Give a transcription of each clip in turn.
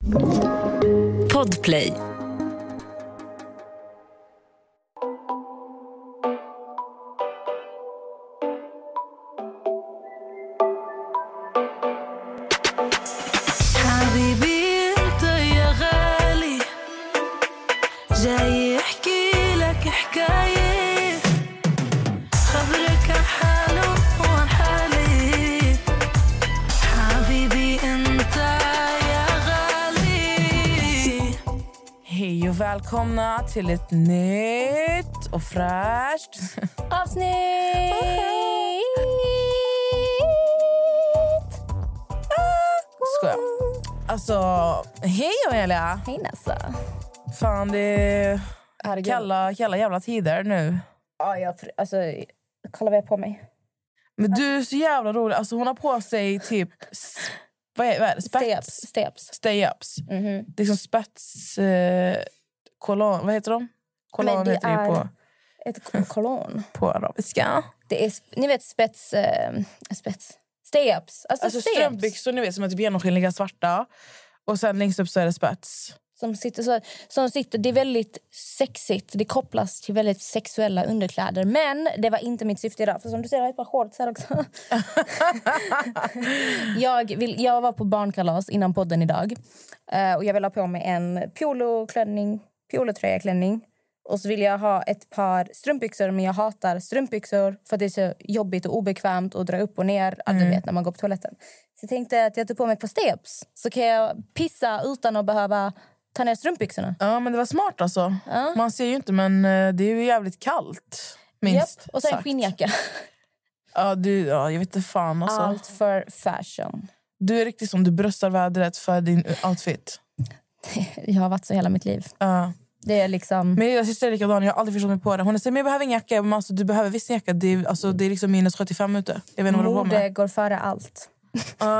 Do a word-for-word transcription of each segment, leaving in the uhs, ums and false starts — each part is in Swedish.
Podplay. Välkomna till ett nytt och fräscht avsnitt. Skoja. Alltså, hej Amelia. Hej Nessa. Fan, det är kalla, kalla jävla tider nu. Ja, jag, alltså, kolla vad jag har på mig. Men du är så jävla rolig. Alltså hon har på sig typ, vad är, vad är det? Spets? Stay-ups. Stay-ups. Mm-hmm. Det är som spets... Eh, kolon, vad heter de? Kolon det heter det på... ett kolon. På arabiska. Det är, ni vet, spets... Uh, spets. Stay-ups. Alltså, alltså strumpbyxor, ni vet, som är typ genomskinliga svarta. Och sen längst upp så är det spets. Som sitter så, som sitter, det är väldigt sexigt. Det kopplas till väldigt sexuella underkläder. Men det var inte mitt syfte idag. För som du ser, jag har ett par shorts här också. jag, vill, jag var på barnkalas innan podden idag. Uh, och jag vill ha på mig en poloklänning. Polotröjaklänning. Och så vill jag ha ett par strumpbyxor. Men jag hatar strumpbyxor. För det är så jobbigt och obekvämt. Och dra upp och ner. Mm. Du vet, när man går på toaletten. Så jag tänkte att jag tar på mig ett par steps. Så kan jag pissa utan att behöva... ta ner strumpbyxorna. Ja, men det var smart alltså. Ja. Man ser ju inte, men det är ju jävligt kallt. Minst yep. Och sen sagt. skinnjacka. Ja, du, ja, jag vet inte fan alltså. Allt för fashion. Du är riktigt som du bröstar vädret för din outfit. Jag har varit så hela mitt liv. Ja. Det är liksom... Men jag syster är likadan, jag har aldrig förstått mig på det. Hon säger, men jag behöver en jacka. Men alltså, du behöver visst en jacka. Det är, alltså, det är liksom minus sjuttiofem ute. Jag vet inte vad du på med. Mode går före allt. Ja,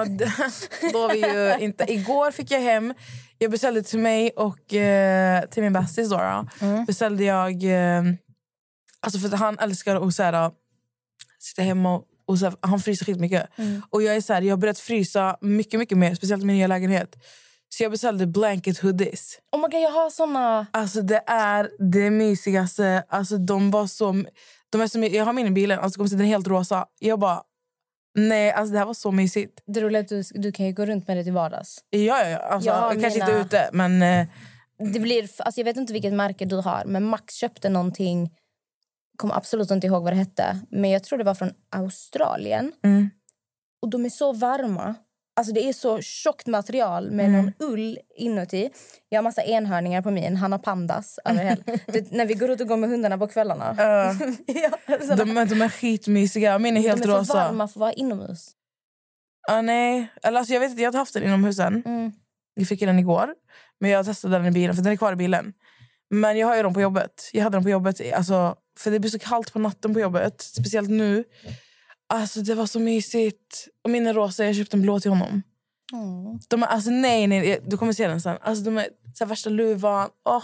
då var vi ju inte... Igår fick jag hem... Jag beställde till mig och eh, till min bästis då. Mm. Beställde jag... Eh, alltså för att han älskar att så här, sitta hemma och, och så här, han fryser skitmycket. Mm. Och jag är så här, jag har börjat frysa mycket, mycket mer. Speciellt i min nya lägenhet. Så jag beställde blanket hoodies. Oh my god, jag har såna. Alltså det är det mysigaste. Alltså de var så... De är så jag har min i bilen. Alltså kommer sitta helt rosa. Jag bara... Nej, alltså det här var så mysigt. Det är roligt att du, du kan ju gå runt med det till vardags. Ja, ja, ja. Alltså, jag kanske mina... inte ute, men... Eh... Det blir, alltså jag vet inte vilket märke du har, men Max köpte någonting... kommer absolut inte ihåg vad det hette. Men jag tror det var från Australien. Mm. Och de är så varma. Alltså det är så tjockt material med mm. någon ull inuti. Jag har massa enhörningar på min. Han har pandas över hela. Det, när vi går ut och går med hundarna på kvällarna. Uh, ja, de, de är skitmysiga. Min är helt rosa. De är för varma för att vara inomhus. Ja, uh, nej. Alltså, jag vet inte, jag har inte haft den inomhusen. Mm. Jag fick den igår. Men jag testade den i bilen, för den är kvar i bilen. Men jag har ju dem på jobbet. Jag hade den på jobbet. Alltså, för det blir så kallt på natten på jobbet. Speciellt nu. Alltså det var så mysigt. Och min är rosa, jag köpte en blå till honom. Mm. De är, alltså nej, nej, du kommer se den sen. Alltså de är så här, värsta luvan. Oh.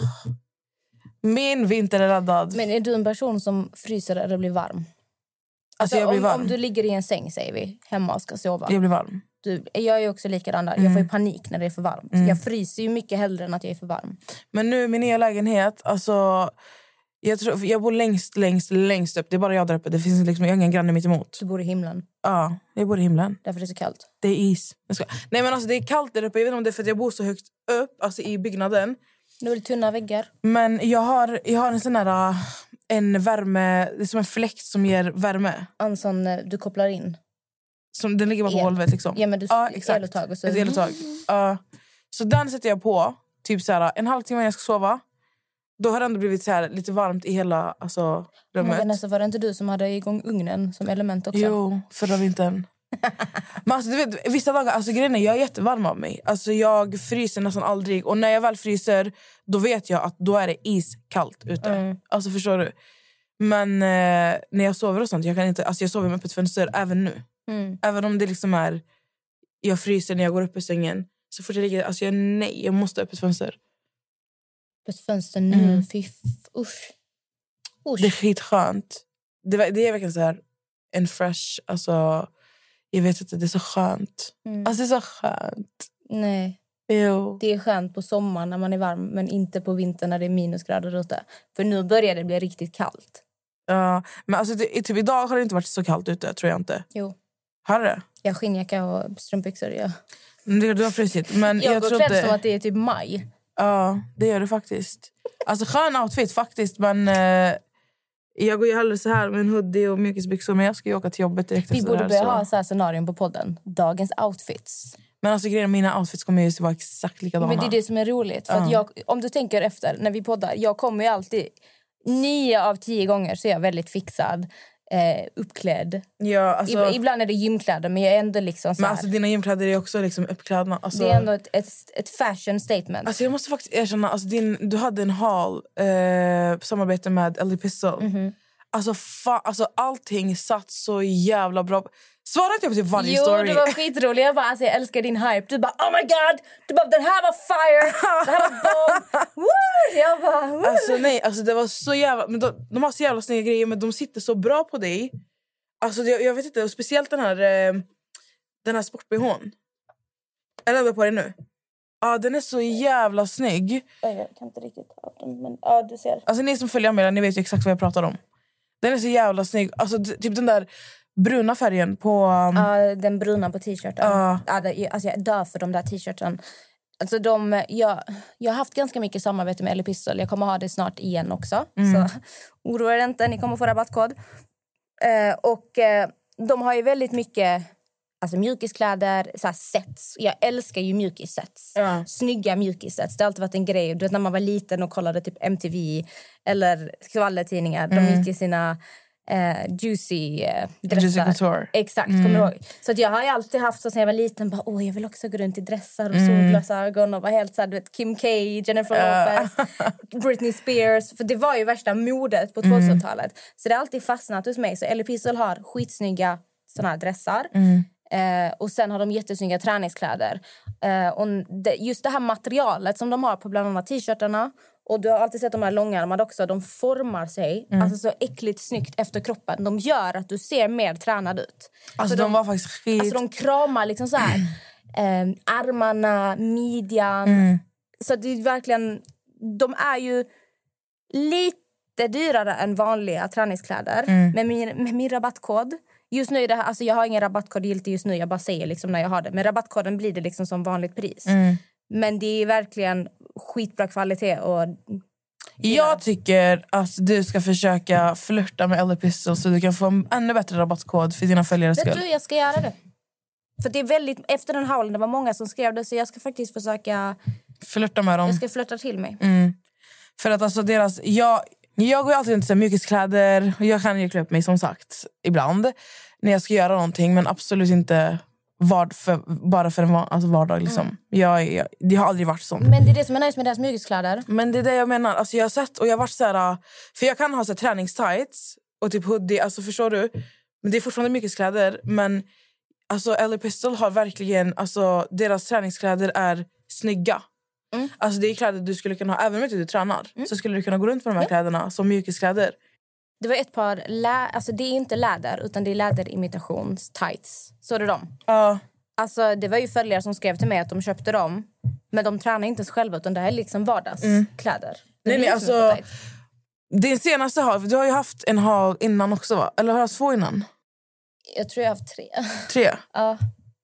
Min vinter är räddad. Men är du en person som fryser eller blir varm? Alltså, alltså jag blir om, varm. Om du ligger i en säng, säger vi, hemma och ska sova. Jag blir varm. Du, jag är också likadan där. Mm. Jag får ju panik när det är för varmt. Mm. Jag fryser ju mycket hellre än att jag är för varm. Men nu, min nya lägenhet, alltså... Jag, tror, jag bor längst, längst, längst upp. Det är bara jag där uppe. Det finns liksom, jag har ingen granne mitt emot. Du bor i himlen? Ja, jag bor i himlen. Därför det är så kallt? Det är is. Jag ska... Nej men alltså det är kallt där uppe. Jag vet inte om det är för att jag bor så högt upp. Alltså i byggnaden. Nu är det tunna väggar. Men jag har, jag har en sån här... En värme... Det är som en fläkt som ger värme. En sån du kopplar in? Som, den ligger bara på El. golvet liksom. Ja men du... Ja, exakt. Eluttag och så. Ett eluttag. Uh, så den sätter jag på. Typ så här, en halvtimme när jag ska sova. Då har det ändå blivit så här lite varmt i hela alltså, rummet. Men nästan var det inte du som hade igång ugnen som element också? Jo, förra vintern. Men alltså, du vet, vissa dagar, alltså grejen är, jag är jättevarm av mig. Alltså jag fryser nästan aldrig. Och när jag väl fryser, då vet jag att då är det iskallt ute. Mm. Alltså förstår du? Men eh, när jag sover och sånt, jag kan inte, alltså jag sover med öppet fönster även nu. Mm. Även om det liksom är, jag fryser när jag går upp i sängen. Så fort jag ligger, alltså jag, nej, jag måste ha öppet fönster. Öppet fönster nu, mm. fy, usch. usch. Det är skitskönt. Det, det är verkligen så här, en fresh, alltså, jag vet inte, det är så skönt. Mm. Alltså det är så skönt. Nej. Jo. Det är skönt på sommaren när man är varm, men inte på vintern när det är minusgrader ute. För nu börjar det bli riktigt kallt. Ja, uh, men alltså det, typ idag har det inte varit så kallt ute, tror jag inte. Jo. Har det? Jag har skinnjacka och strumpbyxor, ja. Det, det var frysigt. Men jag jag går trodde... klädd som att det är typ maj. Ja, uh, det gör det faktiskt. Alltså skön outfit faktiskt, men... Uh, jag går ju hellre så här med en hoodie och mjukisbyxor, men jag ska ju åka till jobbet direkt. Vi borde där, börja så. ha så här scenarion på podden. Dagens outfits. Men alltså grejen, mina outfits kommer ju vara exakt likadana. Men det är det som är roligt. För uh. att jag, om du tänker efter, när vi poddar, jag kommer ju alltid... Nio av tio gånger så är jag väldigt fixad. Eh, uppklädd. Ja, alltså, Ibland är det gymkläder, men jag är ändå liksom så men här. alltså dina gymkläder är också liksom uppklädda. Alltså, Det är ändå ett, ett, ett fashion statement. Alltså jag måste faktiskt erkänna, alltså din, du hade en haul eh, på samarbete med Ellie Pistol. Mm-hmm. Alltså, fa, alltså allting satt så jävla bra. Svarade inte jag på typ varje jo, story? Jo, det var skitroligt. Jag bara, alltså, jag älskar din hype. Du bara, oh my god! Du bara, den här var fire! Den här var bomb! Woo! Jag bara, woo! Alltså nej, alltså det var så jävla... Men de, de har så jävla snygga grejer, men de sitter så bra på dig. Alltså jag, jag vet inte, och speciellt den här eh, den här sport-B-H:n. Eller är jag på dig nu? Ja, den är så jävla snygg. Jag kan inte riktigt ha den, men ja, du ser. Alltså ni som följer med, ni vet ju exakt vad jag pratar om. Den är så jävla snygg. Alltså d- typ den där bruna färgen på... Um... Ja, den bruna på t-shirten. Uh. Ja, det, alltså jag dör för de där t-shirten. Alltså de, jag, jag har haft ganska mycket samarbete med Ellie Pistol. Jag kommer ha det snart igen också. Mm. Så oroa er inte, ni kommer få rabattkod. Uh, och uh, de har ju väldigt mycket... Alltså mjukiskläder, så här sets. Jag älskar ju mjukissets. Ja. Snygga mjukissets. Det har alltid varit en grej. Du vet när man var liten och kollade typ M T V eller skvallertidningar. Mm. De gick i sina eh, juicy eh, dressar. Juicy couture. Exakt, Mm. kommer du ihåg? Så att jag har ju alltid haft så sen jag var liten. Bara, åh, jag vill också gå runt i dressar och Mm. solglasögon. Och vara helt så här, du vet, Kim K, Jennifer Lopez, uh. Britney Spears. För det var ju värsta modet på tvåtusentalet. Så det har alltid fastnat hos mig. Så Ellie Pistol har skitsnygga såna här dressar. Mm. Eh, och sen har de jättesnygga träningskläder. Eh, och det, just det här materialet som de har på bland annat t-shirtarna. Och du har alltid sett de här långärmade också. De formar sig mm. alltså så äckligt snyggt efter kroppen. De gör att du ser mer tränad ut. Alltså de, de var faktiskt skit... Alltså de kramar liksom så här. Eh, armarna, midjan. Mm. Så det är verkligen... De är ju lite dyrare än vanliga träningskläder. Mm. Med, min, med min rabattkod... Just nu är det här, alltså jag har ingen rabattkod giltig just nu. Jag bara säger liksom när jag har det. Med rabattkoden blir det liksom som vanligt pris. Mm. Men det är verkligen skitbra kvalitet. Och jag tycker att du ska försöka flirta med Ellie Pistol så du kan få en ännu bättre rabattkod för dina följare skull. Vet du, jag ska göra det. För det är väldigt, efter den howlen, det var många som skrev det. Så jag ska faktiskt försöka... Flirta med dem. Jag ska flirta till mig. Mm. För att alltså deras... Jag, jag går ju alltid inte till mjukiskläder. Jag kan ju klä upp mig som sagt ibland när jag ska göra någonting, men absolut inte vard för, bara för en va- alltså vardag liksom. Mm. Jag, jag, det har aldrig varit sånt. Men det är det som är nice med deras mjukiskläder. Men det är det jag menar. Alltså jag har sett och jag har varit så här, för jag kan ha så här träningstights och typ hoodie, alltså förstår du? Men det är fortfarande mjukiskläder, men alltså Ellie Pistol har verkligen, alltså deras träningskläder är snygga. Mm. Alltså det är kläder du skulle kunna ha, även om du tränar. Mm. Så skulle du kunna gå runt med de här ja. kläderna som mjukiskläder. Det var ett par, lä- alltså det är inte läder utan det är läderimitations tights. Så är det dem. Ja. Uh. Alltså det var ju följare som skrev till mig att de köpte dem. Men de tränar inte ens själva utan det här är liksom vardagskläder. Mm. Nej nej alltså, din senaste haul, du har ju haft en haul innan också va? Eller har du haft två innan? Jag tror jag har haft tre. Tre? Ja.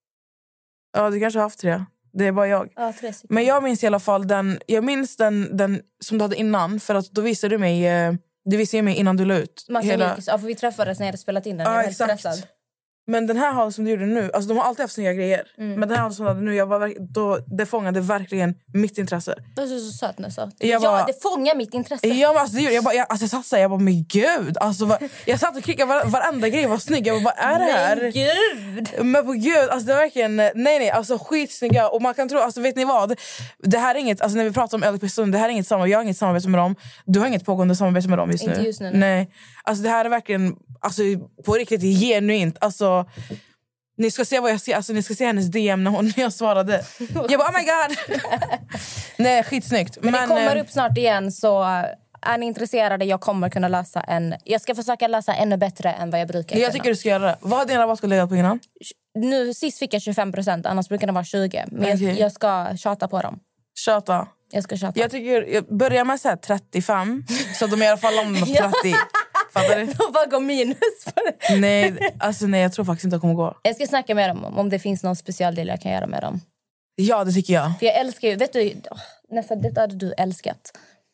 Ja, du kanske har haft tre. Det är bara jag. Ja, tre stycken. Men jag minns i alla fall den, jag minns den, den som du hade innan. För att då visade du mig, du visade mig innan du la ut. Massa hela... mjukis, ja, för vi träffades när jag hade spelat in den. Ja, jag var exakt. stressad. Men den här haulen som du gjorde nu, alltså de har alltid haft snygga grejer. Mm. Men den här som du hade nu, jag var, då, det fångade verkligen mitt intresse. Du är så söt nu så. Jag bara, ja, det fångar mitt intresse. Ja, men alltså, det, jag, bara, jag, alltså, jag satt så här, jag bara, men gud. Alltså, var, jag satt och klickade, var, varenda grej var snygg. Jag bara, vad är det här? Men gud! Men på gud, alltså det är verkligen, nej nej, alltså skitsnygga. Och man kan tro, alltså vet ni vad? Det här är inget, alltså när vi pratar om Ellie Pistol, det här är inget samarbete, jag har inget samarbete med dem. Du har inget pågående samarbete med dem just nu. Inte just nu. Nej, alltså det här är verkligen, alltså på riktigt genuint, alltså... Ni ska se vad jag ser, alltså ni ska se hennes D M när hon när jag svarade. Jag bara, oh my god. Nej, skitsnyggt. Men, Men det kommer äh, upp snart igen så är ni intresserade, jag kommer kunna läsa en. Jag ska försöka läsa ännu bättre än vad jag brukar. Jag tycka. tycker du ska göra det. Vad har din rabattkod legat på innan? Nu sist fick jag tjugofem procent, annars brukar det vara tjugo. Men okay. jag, jag ska tjata på dem. Tjata? Jag ska tjata. Jag tycker, jag börjar med så här trettiofem. Så att de i alla fall om trettio. Fattar du? De bara går minus på det. Nej, alltså nej, jag tror faktiskt inte att kommer gå. Jag ska snacka med dem om det finns någon specialdel jag kan göra med dem. Ja, det tycker jag. För jag älskar ju, vet du, nästan detta hade du älskat.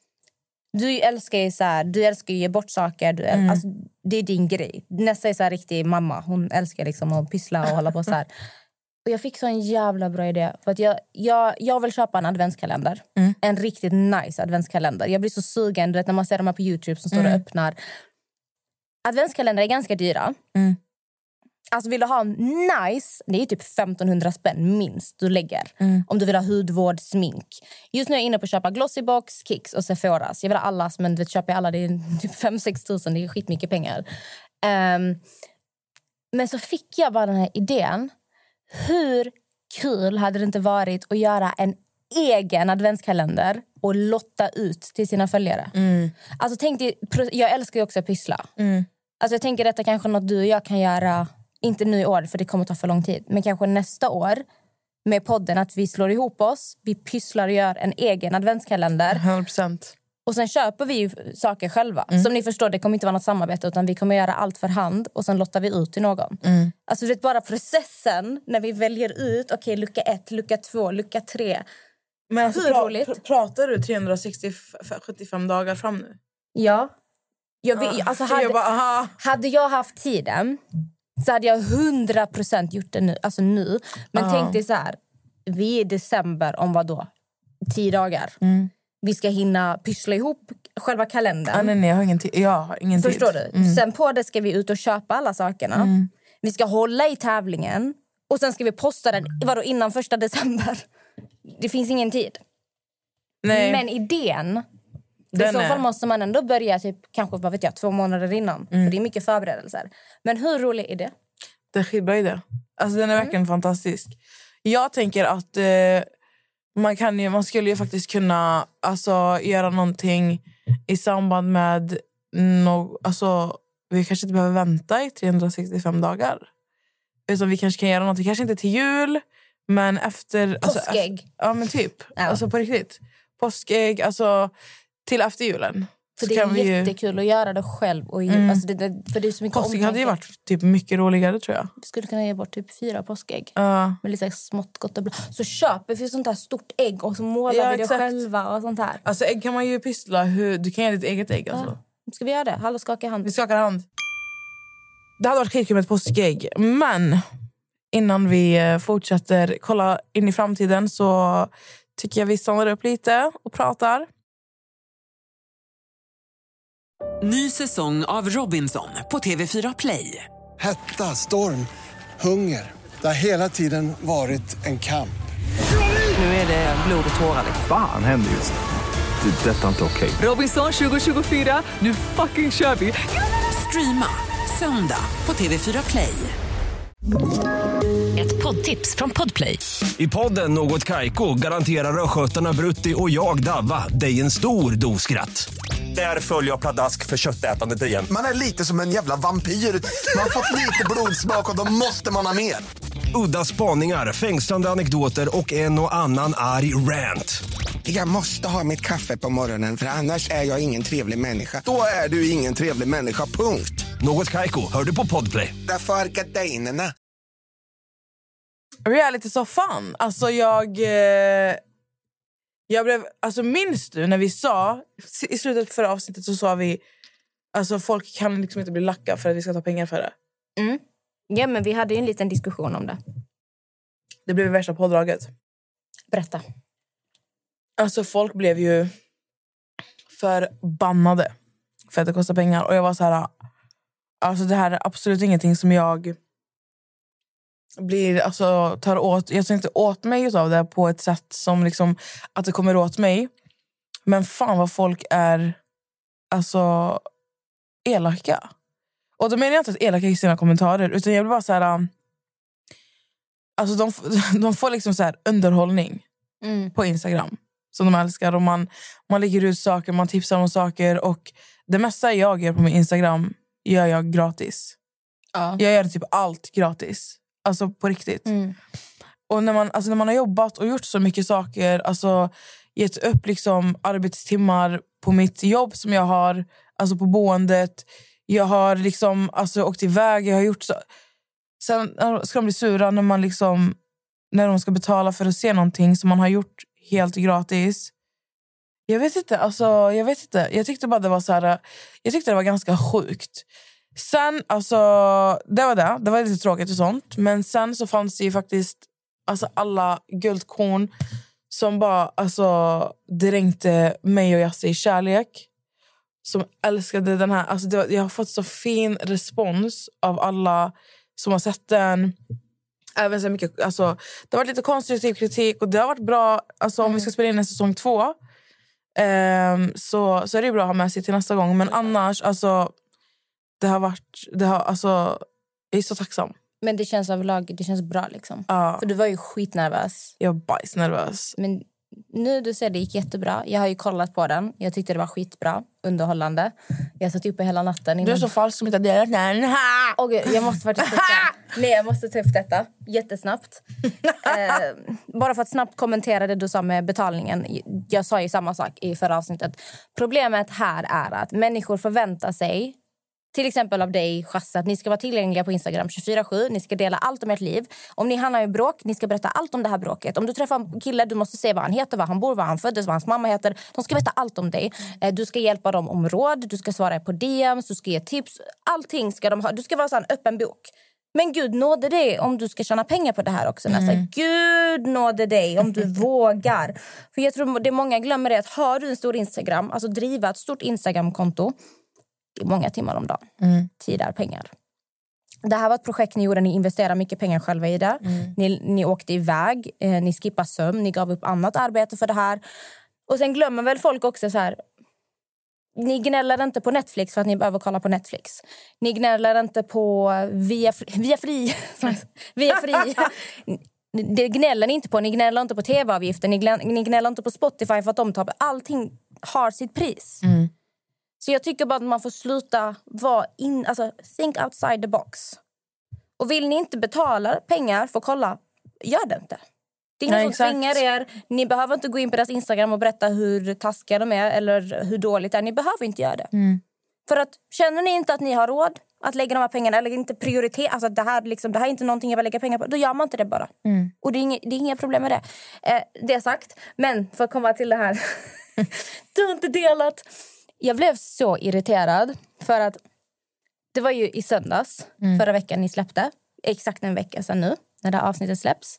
Du älskar ju så här, du älskar ju ge bort saker, du äl- mm. alltså, det är din grej. Nästa är så här riktig mamma, hon älskar liksom att pyssla och hålla på så här. Och jag fick så en jävla bra idé för att jag jag jag vill köpa en adventskalender. Mm. En riktigt nice adventskalender. Jag blir så sugen, du vet när man ser dem här på YouTube som står mm. och öppnar. Adventskalender är ganska dyra. Mm. Alltså vill du ha nice, det är typ femtonhundra spänn minst du lägger. Mm. Om du vill ha hudvård, smink. Just nu är jag inne på att köpa Glossybox, Kicks och Sephoras. Jag vill ha allas, men du vet, köper jag alla, det är typ fem sex tusen, det är skitmycket pengar. Um, men så fick jag bara den här idén. Hur kul hade det inte varit att göra en egen adventskalender och lotta ut till sina följare? Mm. Alltså tänk dig, jag älskar ju också att pyssla. Mm. Alltså jag tänker detta kanske något du och jag kan göra, inte nu i år för det kommer ta för lång tid, men kanske nästa år med podden, att vi slår ihop oss, vi pysslar och gör en egen adventskalender. hundra procent. Och sen köper vi ju saker själva. Mm. Som ni förstår, det kommer inte vara något samarbete utan vi kommer göra allt för hand och sen lottar vi ut till någon. Mm. Alltså det är bara processen när vi väljer ut, okej, okay, lucka ett, lucka två, lucka tre. Men alltså, pra- pr- pratar du trehundrasextiofem dagar fram nu? Ja. Jag vill, alltså hade, jag bara, hade jag haft tiden så hade jag hundra procent gjort det nu. Alltså nu. Men aha. Tänk dig så här, vi är i december om vad då? Tio dagar. Mm. Vi ska hinna pyssla ihop själva kalendern. Ah, nej, nej, jag har ingen, t- jag har ingen tid. Förstår du? Mm. Sen på det ska vi ut och köpa alla sakerna. Mm. Vi ska hålla i tävlingen. Och sen ska vi posta den vadå, innan första december. Det finns ingen tid. Nej. Men idén... I så fall måste man ändå börja typ, kanske vad vet jag, två månader innan. Mm. För det är mycket förberedelser. Men hur rolig är det? Det är skitbra idé. Alltså den är verkligen mm. fantastisk. Jag tänker att eh, man, kan ju, man skulle ju faktiskt kunna alltså, göra någonting i samband med no, alltså, vi kanske inte behöver vänta i trehundrasextiofem dagar. Utan vi kanske kan göra någonting, kanske inte till jul, men efter... Påskägg. Alltså, efter, ja men typ. Ja. Alltså på riktigt. Påskägg, alltså... Till efter julen. För det är vi jättekul ju... att göra det själv. Och mm. alltså det, det, för det är så mycket påskägg hade ju varit typ mycket roligare tror jag. Vi skulle kunna ge bort typ fyra påskägg. Uh. Med lite smått gott och blå. Så köper vi sånt här stort ägg och så målar ja, vi det exakt. själva och sånt här. Alltså ägg kan man ju pyssla. Hur, du kan göra ditt eget ägg alltså. Ja. Ska vi göra det? Hallå, skaka hand. Vi skakar hand. Det hade varit skitkul med ett påskägg. Men innan vi fortsätter kolla in i framtiden så tycker jag vi stannar upp lite och pratar. Ny säsong av Robinson på T V fyra Play. Hetta, storm, hunger. Det har hela tiden varit en kamp. Nu är det blod och tårar. Fan händer just det. Det är detta inte okej. Okay. Robinson tjugo tjugofyra, nu fucking kör vi. Streama söndag på T V fyra Play. Ett poddtips från Podplay. I podden Något Kaiko garanterar röskötarna Brutti och jag Davva dig en stor doskratt. Där följer jag pladask för köttätandet igen. Man är lite som en jävla vampyr. Man har fått lite blodsmak och då måste man ha mer. Udda spaningar, fängslande anekdoter och en och annan arg rant. Jag måste ha mitt kaffe på morgonen för annars är jag ingen trevlig människa. Då är du ingen trevlig människa, punkt. Något Kaiko, hör du på Podplay. Därför är gardinerna. Reality-soffan. Alltså jag... Eh, jag blev... Alltså minns du när vi sa... I slutet förra avsnittet så sa vi... Alltså folk kan liksom inte bli lacka för att vi ska ta pengar för det. Mm. Ja, men vi hade ju en liten diskussion om det. Det blev värsta pådraget. Berätta. Alltså folk blev ju förbannade för att det kostar pengar. Och jag var så här... Alltså det här är absolut ingenting som jag... blir alltså tar åt jag tänkte åt mig av det på ett sätt som liksom att det kommer åt mig, men fan vad folk är alltså elaka. Och då menar jag inte att elaka i sina kommentarer, utan jag vill bara så här alltså de, de får liksom så här underhållning mm. på Instagram som de älskar, och man, man lägger ut saker, man tipsar om saker, och det mesta jag gör på min Instagram gör jag gratis. Ja. Jag gör typ allt gratis. Alltså på riktigt. Mm. Och när man, alltså när man har jobbat och gjort så mycket saker, alltså gett upp liksom arbetstimmar på mitt jobb som jag har, alltså på boendet. Jag har liksom alltså åkt iväg, jag har gjort så. Sen ska de bli sura när man liksom när de ska betala för att se någonting som man har gjort helt gratis. Jag vet inte, alltså jag vet inte. Jag tyckte bara det var så här, jag tyckte det var ganska sjukt. Sen alltså det var det, det var lite tråkigt och sånt, men sen så fanns det ju faktiskt alltså alla guldkorn som bara alltså dränkte mig och Jasse i kärlek. Som älskade den här, alltså det var, jag har fått så fin respons av alla som har sett den. Även så mycket, alltså det har varit lite konstruktiv kritik och det har varit bra, alltså om mm. vi ska spela in en säsong två um, så, så är det bra att ha med sig till nästa gång, men annars alltså det har varit, det har, alltså jag är så tacksam. Men det känns överlag, det känns bra liksom. Ja. För du var ju skitnervös. Jag var bajsnervös. Men nu du ser det gick jättebra. Jag har ju kollat på den. Jag tyckte det var skitbra, underhållande. Jag satt uppe hela natten. Innan... Du är så falsk som inte har delat den. Och jag måste faktiskt ta Nej, jag måste ta upp detta jättesnabbt. eh, bara för att snabbt kommentera det du sa med betalningen. Jag sa ju samma sak i förra avsnittet. Problemet här är att människor förväntar sig, till exempel av dig, Chasse, att ni ska vara tillgängliga på Instagram tjugofyra sju. Ni ska dela allt om ert liv. Om ni hamnar i bråk, ni ska berätta allt om det här bråket. Om du träffar en kille, du måste se vad han heter, vad han bor, vad han föddes, vad hans mamma heter. De ska veta allt om dig. Du ska hjälpa dem om råd, du ska svara på D Ms, du ska ge tips. Allting ska de ha. Du ska vara så en öppen bok. Men Gud nåde dig om du ska tjäna pengar på det här också. Mm. Alltså, Gud nåde dig om du vågar. För jag tror det många glömmer det att har du en stor Instagram, alltså driva ett stort Instagram-konto, det är många timmar om dagen. Mm. Tid är pengar. Det här var ett projekt ni gjorde. Ni investerade mycket pengar själva i det. Mm. Ni, ni åkte iväg. Eh, ni skippade sömn. Ni gav upp annat arbete för det här. Och sen glömmer väl folk också så här. Ni gnäller inte på Netflix för att ni behöver kolla på Netflix. Ni gnäller inte på via, via fri. via fri. Det gnäller ni inte på. Ni gnäller inte på tv-avgifter. Ni gnäller, ni gnäller inte på Spotify för att de tar. Allting har sitt pris. Mm. Så jag tycker bara att man får sluta vara in, alltså think outside the box. Och vill ni inte betala pengar för att kolla, gör det inte. Det är ingen som tvingar er. Ni behöver inte gå in på deras Instagram och berätta hur taskiga de är eller hur dåligt det är. Ni behöver inte göra det. Mm. För att känner ni inte att ni har råd att lägga de här pengarna eller inte prioritera, alltså det här, liksom, det här är inte någonting jag vill lägga pengar på, då gör man inte det bara. Mm. Och det är, inga, det är inga problem med det. Eh, det är sagt. Men för att komma till det här. Du har inte delat... Jag blev så irriterad för att det var ju i söndags mm. förra veckan ni släppte. Exakt en vecka sedan nu när det här avsnittet släpps.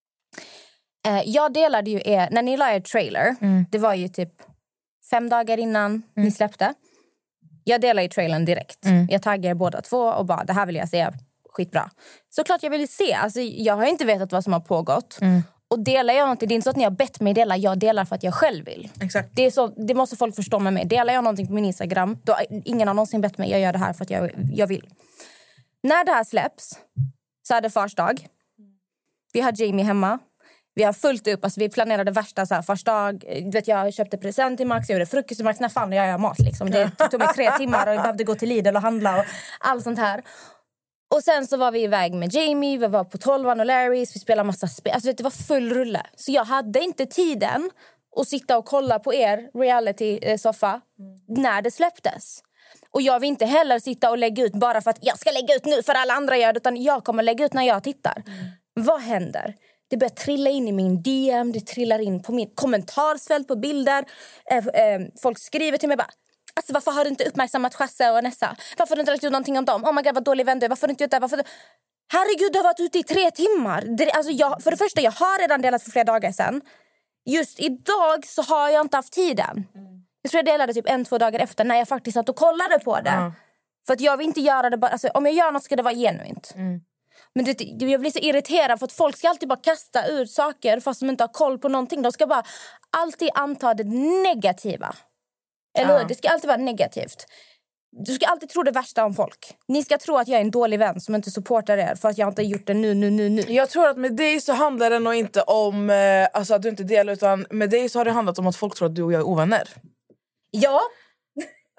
Eh, jag delade ju er, när ni la er trailer, mm. det var ju typ fem dagar innan mm. ni släppte. Jag delade ju trailern direkt. Mm. Jag taggade er båda två och bara, det här vill jag se, skitbra. Såklart jag ville se, alltså jag har inte vetat vad som har pågått. Mm. Och delar jag någonting, det är inte så att ni har bett mig dela, jag delar för att jag själv vill. Exakt. Det, är så, det måste folk förstå med mig. Delar jag någonting på min Instagram, då ingen har någonsin bett mig, jag gör det här för att jag, jag vill. När det här släpps så är det fars dag. Vi har Jamie hemma. Vi har fullt upp, alltså vi planerade värsta så här, fars dag. Du vet, jag köpte present till Max, jag gjorde frukost till Max. När fan jag gör mat liksom. Det tog mig tre timmar och jag behövde gå till Lidl och handla och allt sånt här. Och sen så var vi iväg med Jamie, vi var på tolvan och Larrys, vi spelade massa spel. Alltså vet, det var full rulle. Så jag hade inte tiden att sitta och kolla på er reality-soffa mm. när det släpptes. Och jag vill inte heller sitta och lägga ut bara för att jag ska lägga ut nu för alla andra gör det, utan jag kommer lägga ut när jag tittar. Mm. Vad händer? Det börjar trilla in i min D M, det trillar in på min kommentarsfält på bilder. Eh, eh, folk skriver till mig bara, alltså varför har du inte uppmärksammat Chasse och Nessa? Varför har du inte lagt ut någonting om dem? Oh my god, vad dålig vän du är. Varför har du inte gjort det? Varför du... Herregud, du har varit ute i tre timmar. Det, alltså jag, för det första, jag har redan delat för flera dagar sedan. Just idag så har jag inte haft tiden. Mm. Jag tror jag delade typ en, två dagar efter när jag faktiskt satt och kollade på det. Mm. För att jag vill inte göra det bara... Alltså, om jag gör något ska det vara genuint. Mm. Men det, jag blir så irriterad för att folk ska alltid bara kasta ut saker fast de inte har koll på någonting. De ska bara alltid anta det negativa. Eller hur? Det ska alltid vara negativt. Du ska alltid tro det värsta om folk. Ni ska tro att jag är en dålig vän som inte supportar er för att jag inte har gjort det nu, nu, nu, nu. Jag tror att med dig så handlar det nog inte om eh, alltså att du inte delar, utan med dig så har det handlat om att folk tror att du och jag är ovänner. Ja.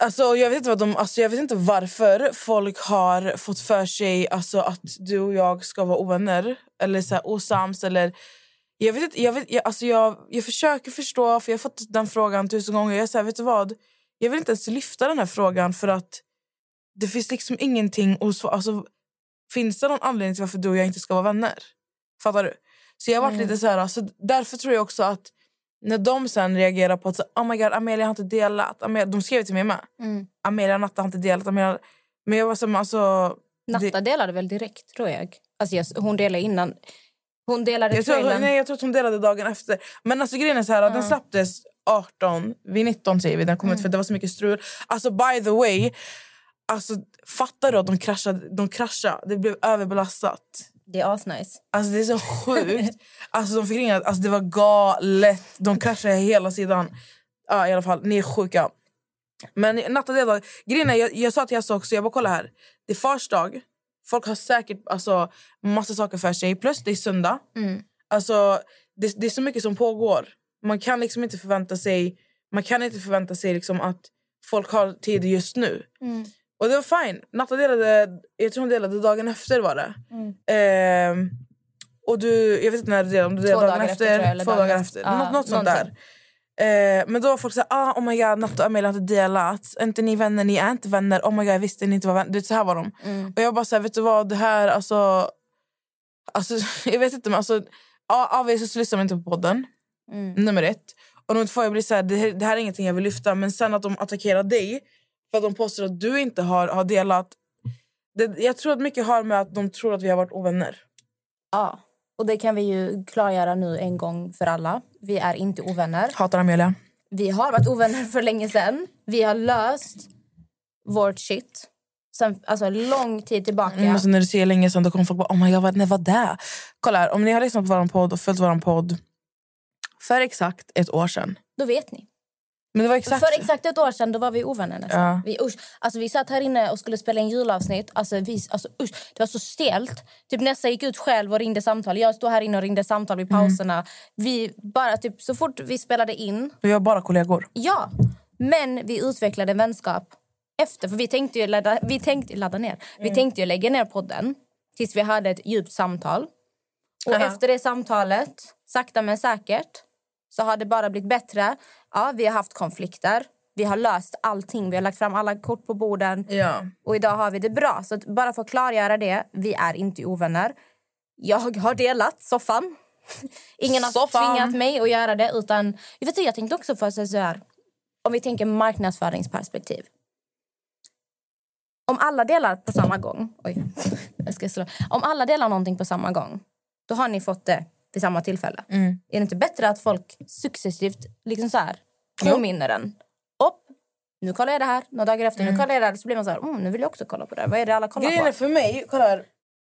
Alltså jag vet inte vad de alltså jag vet inte varför folk har fått för sig alltså att du och jag ska vara ovänner eller så här osams eller jag vet inte jag vet jag, alltså jag jag försöker förstå för jag har fått den frågan tusen gånger. Jag säger vet du vad? Jag vill inte ens lyfta den här frågan för att det finns liksom ingenting alltså finns det någon anledning till varför du och jag inte ska vara vänner? Fattar du? Så jag har varit mm. lite så här alltså därför tror jag också att när de sen reagerar på att så, oh my god, Amelia har inte delat. Amelia, de skrev till mig med. Mm. Amelia och Natta har inte delat. Amelia, men jag var som, alltså... Natta det, delade väl direkt, tror jag. Alltså jag, hon delade innan. Hon delade jag tror, nej, jag tror att hon delade dagen efter. Men alltså grejen är så här, mm. den släpptes arton. Vid nitton säger vi, den kom mm. ut för det var så mycket strul. Alltså by the way, alltså fattar du att de kraschade? De kraschade, det blev överbelastat. Det är asnice. Alltså det är så sjukt. Alltså de fick ringa, alltså det var galet. De kraschade hela sidan. Ja i alla fall, ni är sjuka. Men natta det dag, grejen är, jag, jag sa till Jassa också, jag bara kolla här. Det är fars dag. Folk har säkert alltså massa saker för sig. Plus det är söndag. Mm. Alltså det, det är så mycket som pågår. Man kan liksom inte förvänta sig, man kan inte förvänta sig liksom att folk har tid just nu. Mm. Och det var fine. Natta delade, jag tror hon delade dagen efter var det. Mm. Eh, och du, jag vet inte när du delade, om du delade dagen efter, efter eller två dagar efter. Ah, något, något sånt där. Eh, men då var folk så här, ah, oh my god, Natta och Amelia har inte delat. Är inte ni vänner? Ni är inte vänner. Oh my god, jag visste ni inte var vänner. Du vet, så här var de. Mm. Och jag bara så här, vet du vad, det här, alltså... Alltså, jag vet inte, men alltså... Avvis så lyssnar man inte på podden. Mm. Nummer ett. Och nummer två, jag blir så här, det, det här är ingenting jag vill lyfta. Men sen att de attackerar dig... För att de påstår att du inte har, har delat. Det, jag tror att mycket har med att de tror att vi har varit ovänner. Ja, och det kan vi ju klargöra nu en gång för alla. Vi är inte ovänner. Hatar Amelia. Vi har varit ovänner för länge sedan. Vi har löst vårt shit. Sen, alltså lång tid tillbaka. Mm, alltså när du ser länge sedan då kommer folk bara, oh my god, när var det? Kolla här, om ni har lyssnat på våran podd och följt våran podd för exakt ett år sedan. Då vet ni. Men det var exakt... För exakt ett år sedan då var vi ovänner nästan. Ja. Vi, usch, alltså vi satt här inne och skulle spela en julavsnitt. Alltså, vi, alltså usch, det var så stelt. Typ nästa gick ut själv och ringde samtal. Jag stod här inne och ringde samtal vid pauserna. Mm. Vi bara typ så fort vi spelade in. Vi var bara kollegor. Ja, men vi utvecklade vänskap efter. För vi tänkte ju ladda, vi tänkte ladda ner. Mm. Vi tänkte ju lägga ner podden tills vi hade ett djupt samtal. Och uh-huh. efter det samtalet, sakta men säkert, så har det bara blivit bättre. Ja, vi har haft konflikter. Vi har löst allting. Vi har lagt fram alla kort på borden. Ja. Och idag har vi det bra. Så bara för att klargöra det. Vi är inte ovänner. Jag har delat soffan. Ingen har soffan. tvingat mig att göra det. Utan, jag vet inte, jag tänkte också för så här. Om vi tänker marknadsföringsperspektiv. Om alla delar på samma gång. Oj, jag ska slå. Om alla delar någonting på samma gång. Då har ni fått det vid samma tillfälle. Mm. Är det inte bättre att folk successivt liksom så här påminner den? Upp, nu kollar jag det här. Några dagar efter, mm. nu kollar jag det här. Så blir man så här, mm, nu vill jag också kolla på det. Vad är det alla kollar Grejen på? Är för mig, kolla här.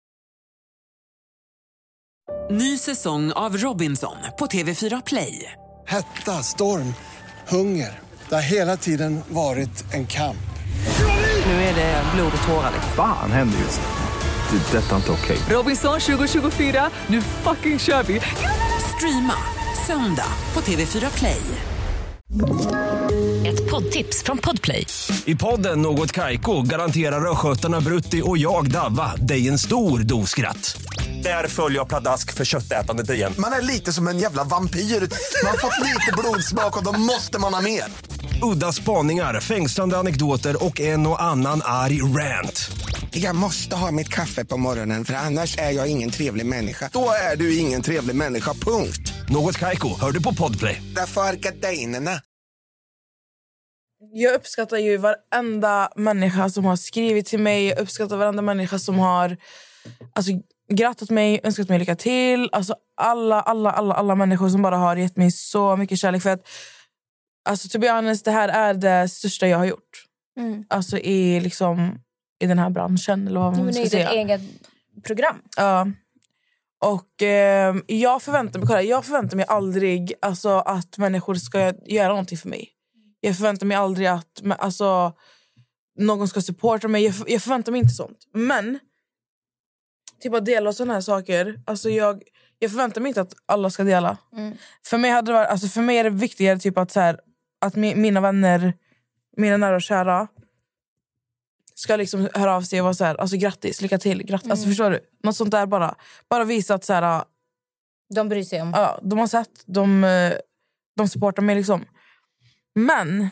Ny säsong av Robinson på T V fyra Play. Hetta, storm, hunger. Det har hela tiden varit en kamp. Nu är det blod och tårar. Fan händer just det. Det är detta inte okej. Okay. Robinson tjugo tjugofyra, nu fucking kör vi. Streama söndag på T V fyra Play. Ett poddtips från Podplay. I podden Något Kaiko garanterar röskötarna Brutti och jag Davva dig en stor doskratt. Där följer jag pladask för köttätandet igen. Man är lite som en jävla vampyr. Man har fått lite blodsmak och då måste man ha mer. Udda spaningar, fängslande anekdoter och en och annan arg rant. Jag måste ha mitt kaffe på morgonen för annars är jag ingen trevlig människa. Då är du ingen trevlig människa, punkt. Något Kaiko, hör du på Podplay. Därför är gardinerna. Jag uppskattar ju varenda människa som har skrivit till mig. Jag uppskattar varenda människa som har alltså, grattat mig, önskat mig lycka till. Alltså alla, alla, alla, alla människor som bara har gett mig så mycket kärlek. För att, alltså to be honest, det här är det största jag har gjort. Mm. Alltså i liksom... i den här branschen eller vad man ska säga. I ditt eget program. Ja. Och eh, jag förväntar mig kolla, jag förväntar mig aldrig alltså att människor ska göra någonting för mig. Jag förväntar mig aldrig att alltså någon ska supporta mig. Jag, jag förväntar mig inte sånt. Men typ att dela såna här saker, alltså jag jag förväntar mig inte att alla ska dela. Mm. För mig hade det varit, alltså för mig är det viktigare typ att så här, att mi, mina vänner mina nära och kära ska liksom höra av sig och vara så här, alltså grattis, lycka till, grattis. Mm. Alltså förstår du? Något sånt där bara. Bara visa att så här, de bryr sig om. Ja, de har sett, de, de supportar mig liksom. Men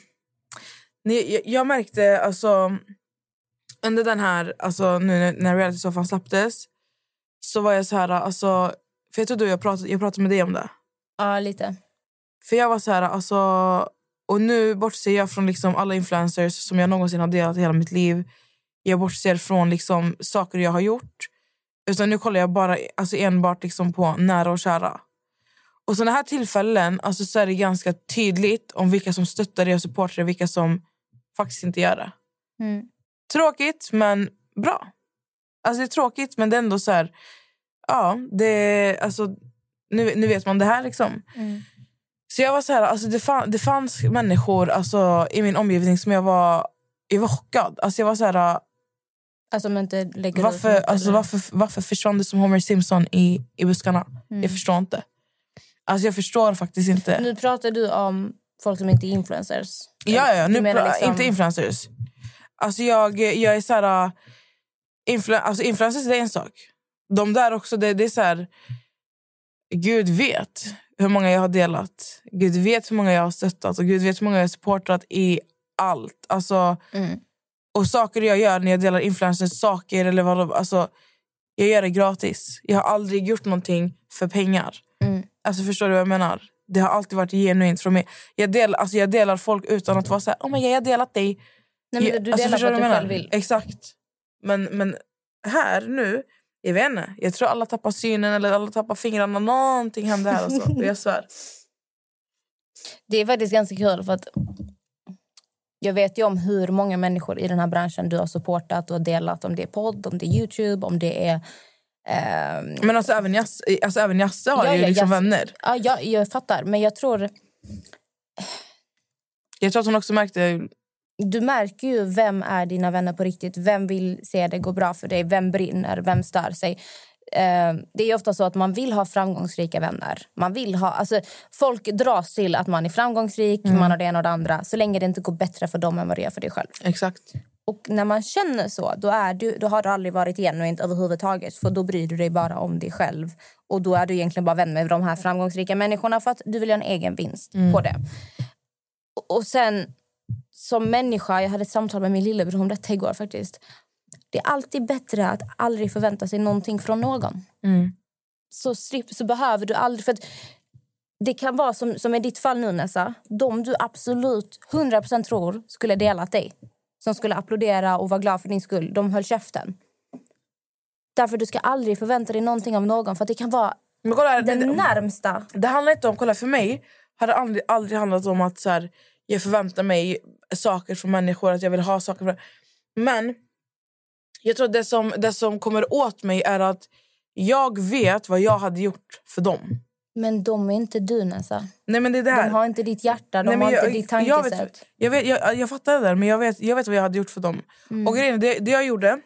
jag, jag märkte alltså under den här, alltså nu när reality-soffan släpptes, så var jag så här, alltså, för jag tror du jag pratade, jag pratade med dig om det. Ja, lite. För jag var så här, alltså, och nu bortser jag från liksom alla influencers som jag någonsin har delat i hela mitt liv. Jag bortser från liksom saker jag har gjort. Utan nu kollar jag bara, alltså enbart liksom på nära och kära. Och sådana här tillfällen, alltså, så är det ganska tydligt om vilka som stöttar det och supportar det, vilka som faktiskt inte gör det. Mm. Tråkigt, men bra. Alltså det är tråkigt, men det är ändå så här, ja, det, alltså, nu, nu vet man det här liksom. Mm. Så jag var så här, alltså det, fann, det fanns människor alltså, i min omgivning som jag var, jag var chockad. Alltså jag var så här, alltså man inte lägger varför, ut alltså, varför, varför försvann du som Homer Simpson i, i buskarna? Mm. Jag förstår inte. Alltså jag förstår faktiskt inte. Nu pratar du om folk som inte är influencers. Ja, ja, nu pra- liksom... inte influencers. Alltså jag, jag är så här, influ- alltså influencers är en sak. De där också, det, det är så här, Gud vet hur många jag har delat. Gud vet hur många jag har stöttat. Och Gud vet hur många jag har supportat i allt. Alltså, mm. Och saker jag gör när jag delar influencers saker eller vad, alltså, jag gör det gratis. Jag har aldrig gjort någonting för pengar. Mm. Alltså förstår du vad jag menar? Det har alltid varit genuint från mig. Jag, del, alltså, jag delar folk utan att vara så här, oh my God, jag har delat dig. Nej, men du alltså, delar för att du menar? själv vill. Exakt. Men, men här nu, jag vet inte. Jag tror alla tappar synen eller alla tappar fingrarna. Någonting händer här alltså. Jag svär. Det är faktiskt ganska kul för att jag vet ju om hur många människor i den här branschen du har supportat och delat. Om det är podd, om det är YouTube, om det är... Eh... Men alltså även Jasse, alltså, även Jasse har ja, ju ja, liksom Jasse, vänner. Ja, jag, jag fattar. Men jag tror... Jag tror att hon också märkte... Du märker ju vem är dina vänner på riktigt. Vem vill se det gå bra för dig? Vem brinner? Vem stör sig? Eh, det är ju ofta så att man vill ha framgångsrika vänner. Man vill ha... Alltså, folk dras till att man är framgångsrik. Mm. Man har det ena och det andra. Så länge det inte går bättre för dem än vad det är för dig själv. Exakt. Och när man känner så, då, är du, då har du aldrig varit genuint överhuvudtaget. För då bryr du dig bara om dig själv. Och då är du egentligen bara vän med de här framgångsrika människorna. För att du vill ha en egen vinst mm. på det. Och, och sen... Som människa, jag hade ett samtal med min lillebror om detta igår faktiskt. Det är alltid bättre att aldrig förvänta sig någonting från någon. Mm. Så, slip, så behöver du aldrig... För att det kan vara som, som i ditt fall nu, Nessa. De du absolut hundra procent tror skulle dela dig. Som skulle applådera och vara glad för din skull. De höll käften. Därför du ska aldrig förvänta dig någonting av någon. För att det kan vara men kolla, den det, närmsta. Det handlar inte om... Kolla, för mig har det aldrig, aldrig handlat om att... så här, jag förväntar mig saker från människor. Att jag vill ha saker från... Men jag tror att det som, det som kommer åt mig är att jag vet vad jag hade gjort för dem. Men de är inte du, Nessa. Nej, men det är det här. De har inte ditt hjärta, de Nej, har jag, inte ditt tankesätt. Jag, vet, jag, vet, jag, jag fattar det där, men jag vet, jag vet vad jag hade gjort för dem. Mm. Och grejen, det, det jag gjorde...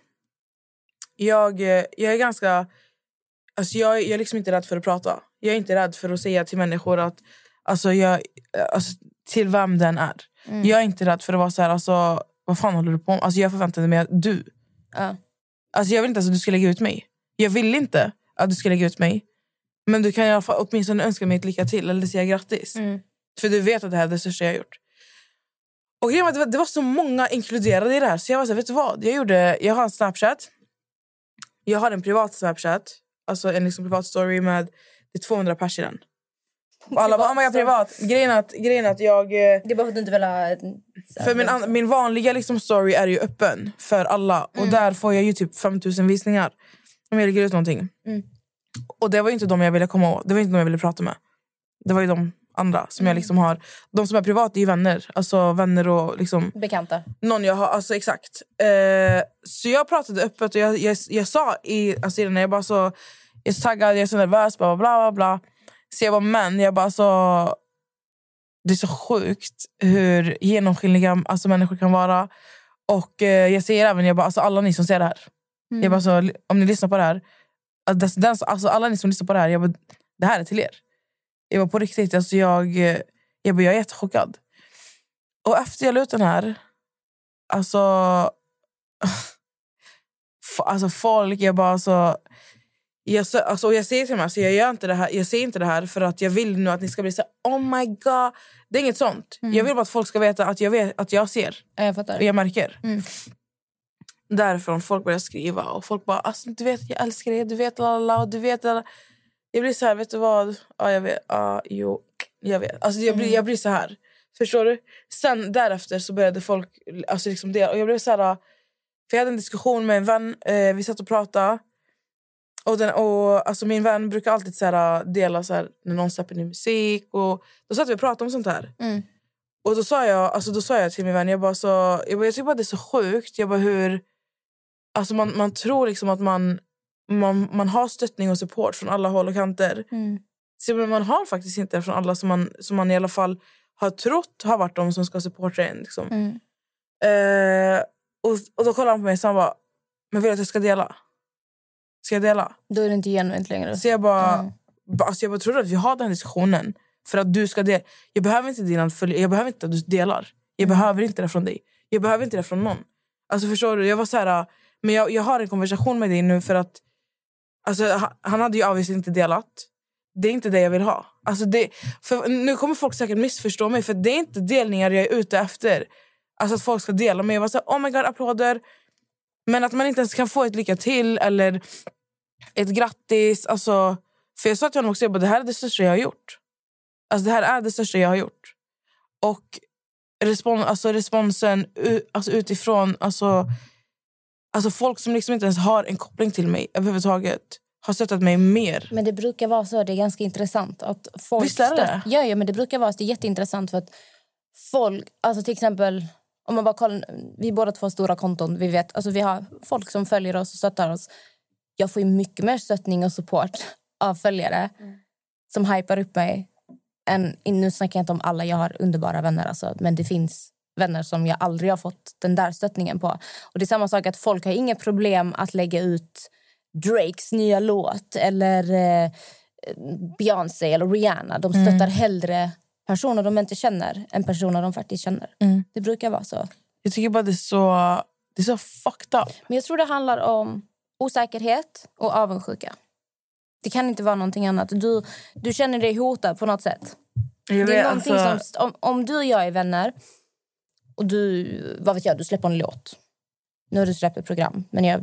Jag, jag är ganska... Alltså jag, jag är liksom inte rädd för att prata. Jag är inte rädd för att säga till människor att... Alltså jag... Alltså, till vem den är. Mm. Jag är inte rädd för att vara så här, alltså, vad fan håller du på med? Alltså jag förväntade mig att du. Uh. Alltså jag vill inte att du ska lägga ut mig. Jag vill inte att du ska lägga ut mig. Men du kan i alla fall åtminstone önska mig ett lycka till eller säga grattis. Mm. För du vet att det här är det största jag har gjort. Och det var, det var så många inkluderade i det här. Så jag var så här, vet du vad? Jag, gjorde, jag har en Snapchat. Jag har en privat Snapchat. Alltså en liksom privat story med det är tvåhundra pers i den. Och alla bara, oh my God, privat. Grejen att, grejen att jag... Det bara att du inte vill ha... För min, an, min vanliga liksom story är ju öppen för alla. Mm. Och där får jag ju typ fem tusen visningar. Om jag lägger ut någonting. Mm. Och det var ju inte de jag ville komma åt. Det var inte de jag ville prata med. Det var ju de andra som mm. jag liksom har. De som är privat är ju vänner. Alltså vänner och liksom... Bekanta. Någon jag har, alltså exakt. Eh, så jag pratade öppet och jag, jag, jag sa i alltså, när jag bara så... Jag är så taggad, jag är så nervös, bla bla bla bla. Så jag bara, men jag bara så... Det är så sjukt hur genomskinliga alltså, människor kan vara. Och eh, jag säger även, jag bara, alltså, alla ni som ser det här. Mm. Jag bara så, om ni lyssnar på det här. Alltså, den, alltså alla ni som lyssnar på det här, jag bara, det här är till er. Jag var på riktigt, alltså jag... Jag bara, jag är jättechockad. Och efter jag la ut den här, alltså, alltså folk, jag bara så, jag, alltså, jag säger till mig, alltså, jag gör inte det här, jag säger inte det här för att jag vill nu att ni ska bli så, oh my god, det är inget sånt. Mm. Jag vill bara att folk ska veta att jag vet, att jag ser. Jag fattar. Och jag märker. Mm. Därifrån folk börjar skriva och folk bara, alltså, du vet, jag älskar dig, du vet, lalala, och du vet, lalala. Jag blir så här, vet du vad? Ja, jag vet, ja, jo, jag vet. Alltså, jag blir, jag blir så här. Förstår du? Sen därefter så började folk, alltså liksom det, och jag blev så här, för jag hade en diskussion med en vän, eh, vi satt och pratade, och, den, och alltså min vän brukar alltid så här, dela så här, när någon släpper ny musik, och då satt vi och pratade om sånt här. Mm. Och då sa jag, alltså då sa jag till min vän, jag bara så, jag, bara, jag tycker bara det är så sjukt, jag bara hur, alltså man, man tror liksom att man, man, man har stöttning och support från alla håll och kanter. Mm. Så, men man har faktiskt inte från alla som man, som man i alla fall har trott har varit de som ska supporta en. Liksom. Mm. Eh, och, och då kollade han på mig och han bara, men vill du att jag ska dela? Ska jag dela? Då är det inte genuint längre. Så jag bara, mm. ba, alltså jag bara trodde att vi har den diskussionen för att du ska dela. Jag behöver inte dina följ- jag behöver inte att du delar. Jag mm. behöver inte det från dig. Jag behöver inte det från någon. Alltså förstår du? Jag var så här, men jag, jag har en konversation med dig nu för att alltså, han hade ju avvisligt inte delat. Det är inte det jag vill ha. Alltså det, för nu kommer folk säkert missförstå mig, för det är inte delningar jag är ute efter. Alltså att folk ska dela mig. Jag var så här, oh my god, applåder. Men att man inte ens kan få ett lycka till eller ett grattis. Alltså, för jag sa till honom också, jag bara, det här är det största jag har gjort. Alltså det här är det största jag har gjort. Och respons, alltså responsen alltså utifrån, alltså, alltså folk som liksom inte ens har en koppling till mig överhuvudtaget har stöttat mig mer. Men det brukar vara så, det är ganska intressant att folk visst är det? Ja, ja, men det brukar vara så, det är jätteintressant för att folk, alltså till exempel om man bara kollar, vi båda två har stora konton, vi vet, alltså vi har folk som följer oss och stöttar oss. Jag får ju mycket mer stöttning och support av följare mm. som hypar upp mig än, nu snackar jag inte om alla, jag har underbara vänner alltså, men det finns vänner som jag aldrig har fått den där stöttningen på. Och det är samma sak att folk har inga problem att lägga ut Drakes nya låt eller eh, Beyoncé eller Rihanna. De stöttar mm. hellre personer de inte känner än personer de faktiskt känner. Mm. Det brukar vara så. Jag tycker bara det är så, det är så fucked up. Men jag tror det handlar om osäkerhet och avundsjuka. Det kan inte vara någonting annat. Du, du känner dig hotad på något sätt. Jag det är vet, någonting alltså... som, om, om du och jag är vänner och du, vad vet jag, du släpper en låt. Nu har du släppt ett program, men jag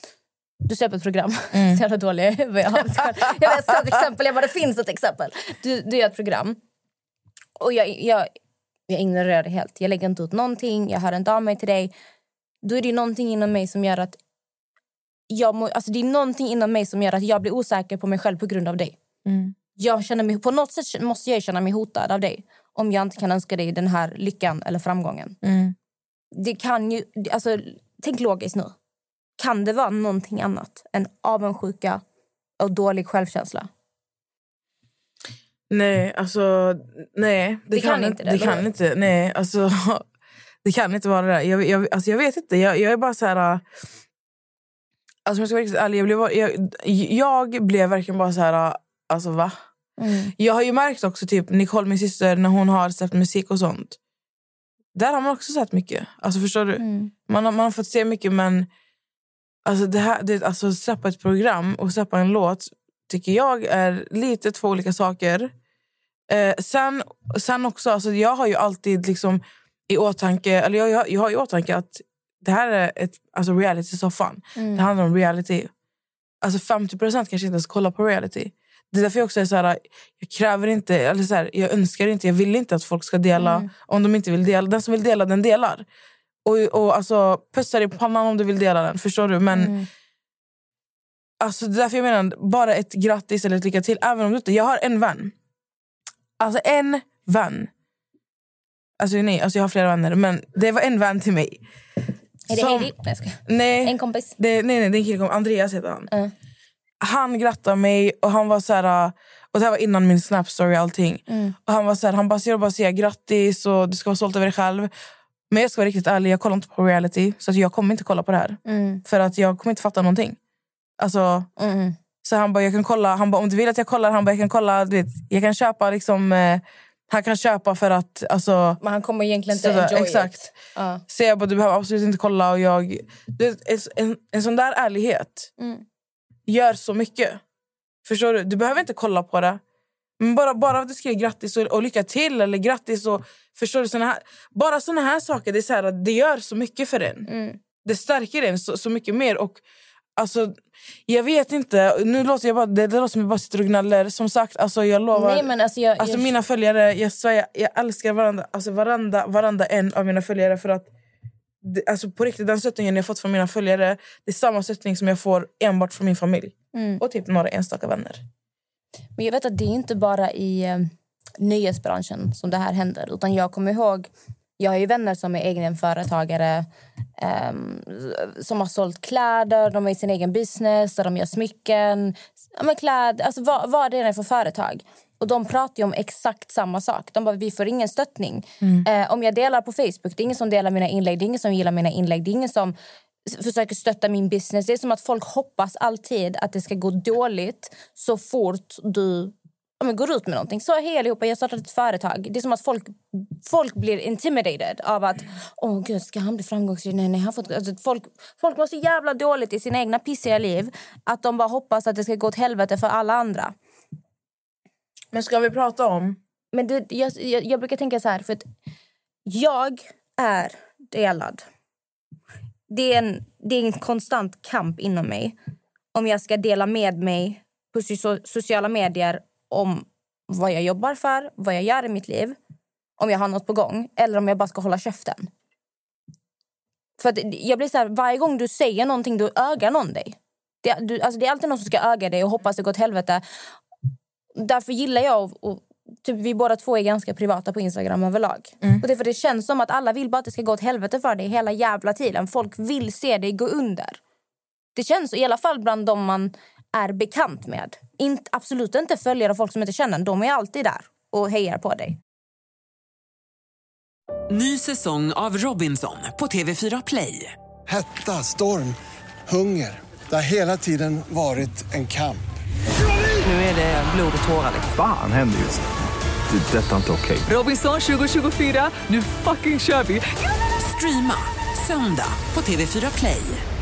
Du släpper ett program. Mm. Så jävla dålig. Jag vet ett exempel. Jag bara, det finns ett exempel. Du, du gör ett program. Och jag, jag, jag ignorerar det helt. Jag lägger inte ut någonting. Jag hör inte av mig till dig. Då är det någonting inom mig som gör att jag må, alltså det är någonting inom mig som gör att jag blir osäker på mig själv på grund av dig. Mm. Jag känner mig, på något sätt måste jag känna mig hotad av dig. Om jag inte kan önska dig den här lyckan eller framgången. Mm. Det kan ju, alltså tänk logiskt nu. Kan det vara någonting annat än avundsjuka och dålig självkänsla? Nej, alltså nej, det, det kan, kan inte det. Det kan inte. Nej, alltså det kan inte vara det. Jag jag alltså jag vet inte. Jag jag är bara så här, alltså jag ska vara riktigt ärlig, jag blev jag, jag blev verkligen bara så här, alltså va? Mm. Jag har ju märkt också typ Nicole, min syster, när hon har släppt musik och sånt. Där har man också sett mycket. Alltså förstår du? Mm. Man har man har fått se mycket, men alltså det här, det, alltså släppa ett program och släppa en låt tycker jag är lite två olika saker. Eh, sen, sen också, alltså jag har ju alltid liksom i åtanke, eller jag, jag, jag har i åtanke att det här är ett, alltså reality-soffan. Mm. Det handlar om reality. Alltså femtio procent kanske inte ens kollar på reality. Det är därför jag också är så här, jag kräver inte, eller så här, jag önskar inte, jag vill inte att folk ska dela mm. om de inte vill dela. Den som vill dela, den delar. Och, och alltså, pussa dig på pannan om du vill dela den, förstår du? Men mm. alltså, det är därför jag menar, bara ett grattis eller ett lycka till, även om du inte, jag har en vän. Alltså en vän. Alltså nej, alltså jag har flera vänner, men det var en vän till mig. Är det som, Heidi? Nej, ska. nej, en kompis? Det, nej, nej, det är en kille, Andreas heter han. Mm. Han grattade mig och han var så här, och det här var innan min Snap story och allting. Mm. Och han var så här, han bara, jag bara säga grattis och du ska vara stolt över dig själv. Men jag ska vara riktigt ärlig, jag kollar inte på reality. Så att jag kommer inte kolla på det här. Mm. För att jag kommer inte fatta någonting. Alltså, mm. så han bara, jag kan kolla. Han bara, om du vill att jag kollar, han bara, jag kan kolla. Du vet, jag kan köpa liksom, eh, Han kan köpa för att... Alltså, men han kommer egentligen inte enjoy exakt. it. Uh. Så jag bara, du behöver absolut inte kolla. Och jag, det, en, en sån där ärlighet mm. gör så mycket. Förstår du? Du behöver inte kolla på det. Men bara, bara att du skriver grattis och, och lycka till. Eller grattis och... Förstår du? Såna här, bara såna här saker, det, är så här, det gör så mycket för en. Mm. Det stärker en så, så mycket mer. Och alltså, jag vet inte. Nu låter jag bara, det, det låter som jag bara sitter och gnäller. Som sagt, alltså, jag lovar. Nej, men alltså, jag, alltså jag... mina följare, jag, jag, jag älskar varandra, alltså, varandra, varandra en av mina följare. För att, det, alltså, på riktigt, den stöttningen jag fått från mina följare, det är samma stöttning som jag får enbart från min familj. Mm. Och typ några enstaka vänner. Men jag vet att det är inte bara i eh, nyhetsbranschen som det här händer. Utan jag kommer ihåg, jag har ju vänner som är egenföretagare. Um, som har sålt kläder, de har i sin egen business där de gör smycken, ja, men kläder, alltså vad, vad det är för företag. Och de pratar ju om exakt samma sak. De bara, vi får ingen stöttning. Mm. Uh, om jag delar på Facebook, det är ingen som delar mina inlägg, det är ingen som gillar mina inlägg, det är ingen som försöker stötta min business. Det är som att folk hoppas alltid att det ska gå dåligt så fort du ja, men går ut med någonting. Så hej allihopa, jag startat ett företag. Det är som att folk, folk blir intimidated av att åh oh, gud, ska han bli framgångsrik? Nej, nej, han får... alltså, folk, folk mår så jävla dåligt i sina egna pissiga liv att de bara hoppas att det ska gå åt helvete för alla andra. Men ska vi prata om? Men det, jag, jag, jag brukar tänka så här, för att jag är delad. Det är, en, det är en konstant kamp inom mig om jag ska dela med mig på so- sociala medier om vad jag jobbar för, vad jag gör i mitt liv, om jag har något på gång, eller om jag bara ska hålla käften. För att jag blir så här, varje gång du säger någonting, du ögar någon dig. Det, du, alltså det är alltid någon som ska öga dig och hoppas det går åt helvete. Därför gillar jag, och, och typ, vi båda två är ganska privata på Instagram överlag. Mm. Och det är för det känns som att alla vill bara att det ska gå åt helvete för dig hela jävla tiden. Folk vill se dig gå under. Det känns i alla fall bland dem man är bekant med. Inte, absolut inte följare av folk som inte känner. De är alltid där och hejar på dig. Ny säsong av Robinson på T V fyra Play. Hetta, storm, hunger. Det har hela tiden varit en kamp. Nu är det blod och tårar. Fan händer just det. Det är detta inte okej. Robinson tjugo tjugofyra, nu fucking kör vi. Streama söndag på T V fyra Play.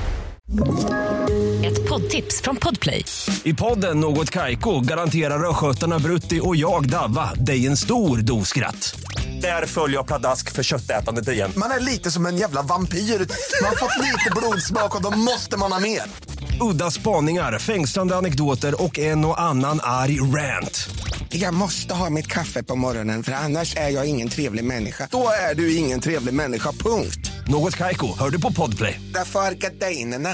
Ett poddtips från Podplay. I podden Något Kaiko garanterar röskötarna Brutti och jag Davva dig en stor doskratt. Där följer jag pladask för köttätandet igen. Man är lite som en jävla vampyr. Man har fått lite blodsmak och då måste man ha mer. Udda spaningar, fängslande anekdoter och en och annan arg rant. Jag måste ha mitt kaffe på morgonen, för annars är jag ingen trevlig människa. Då är du ingen trevlig människa, punkt. Något Kaiko, hör du på Podplay. Därför är gardinerna.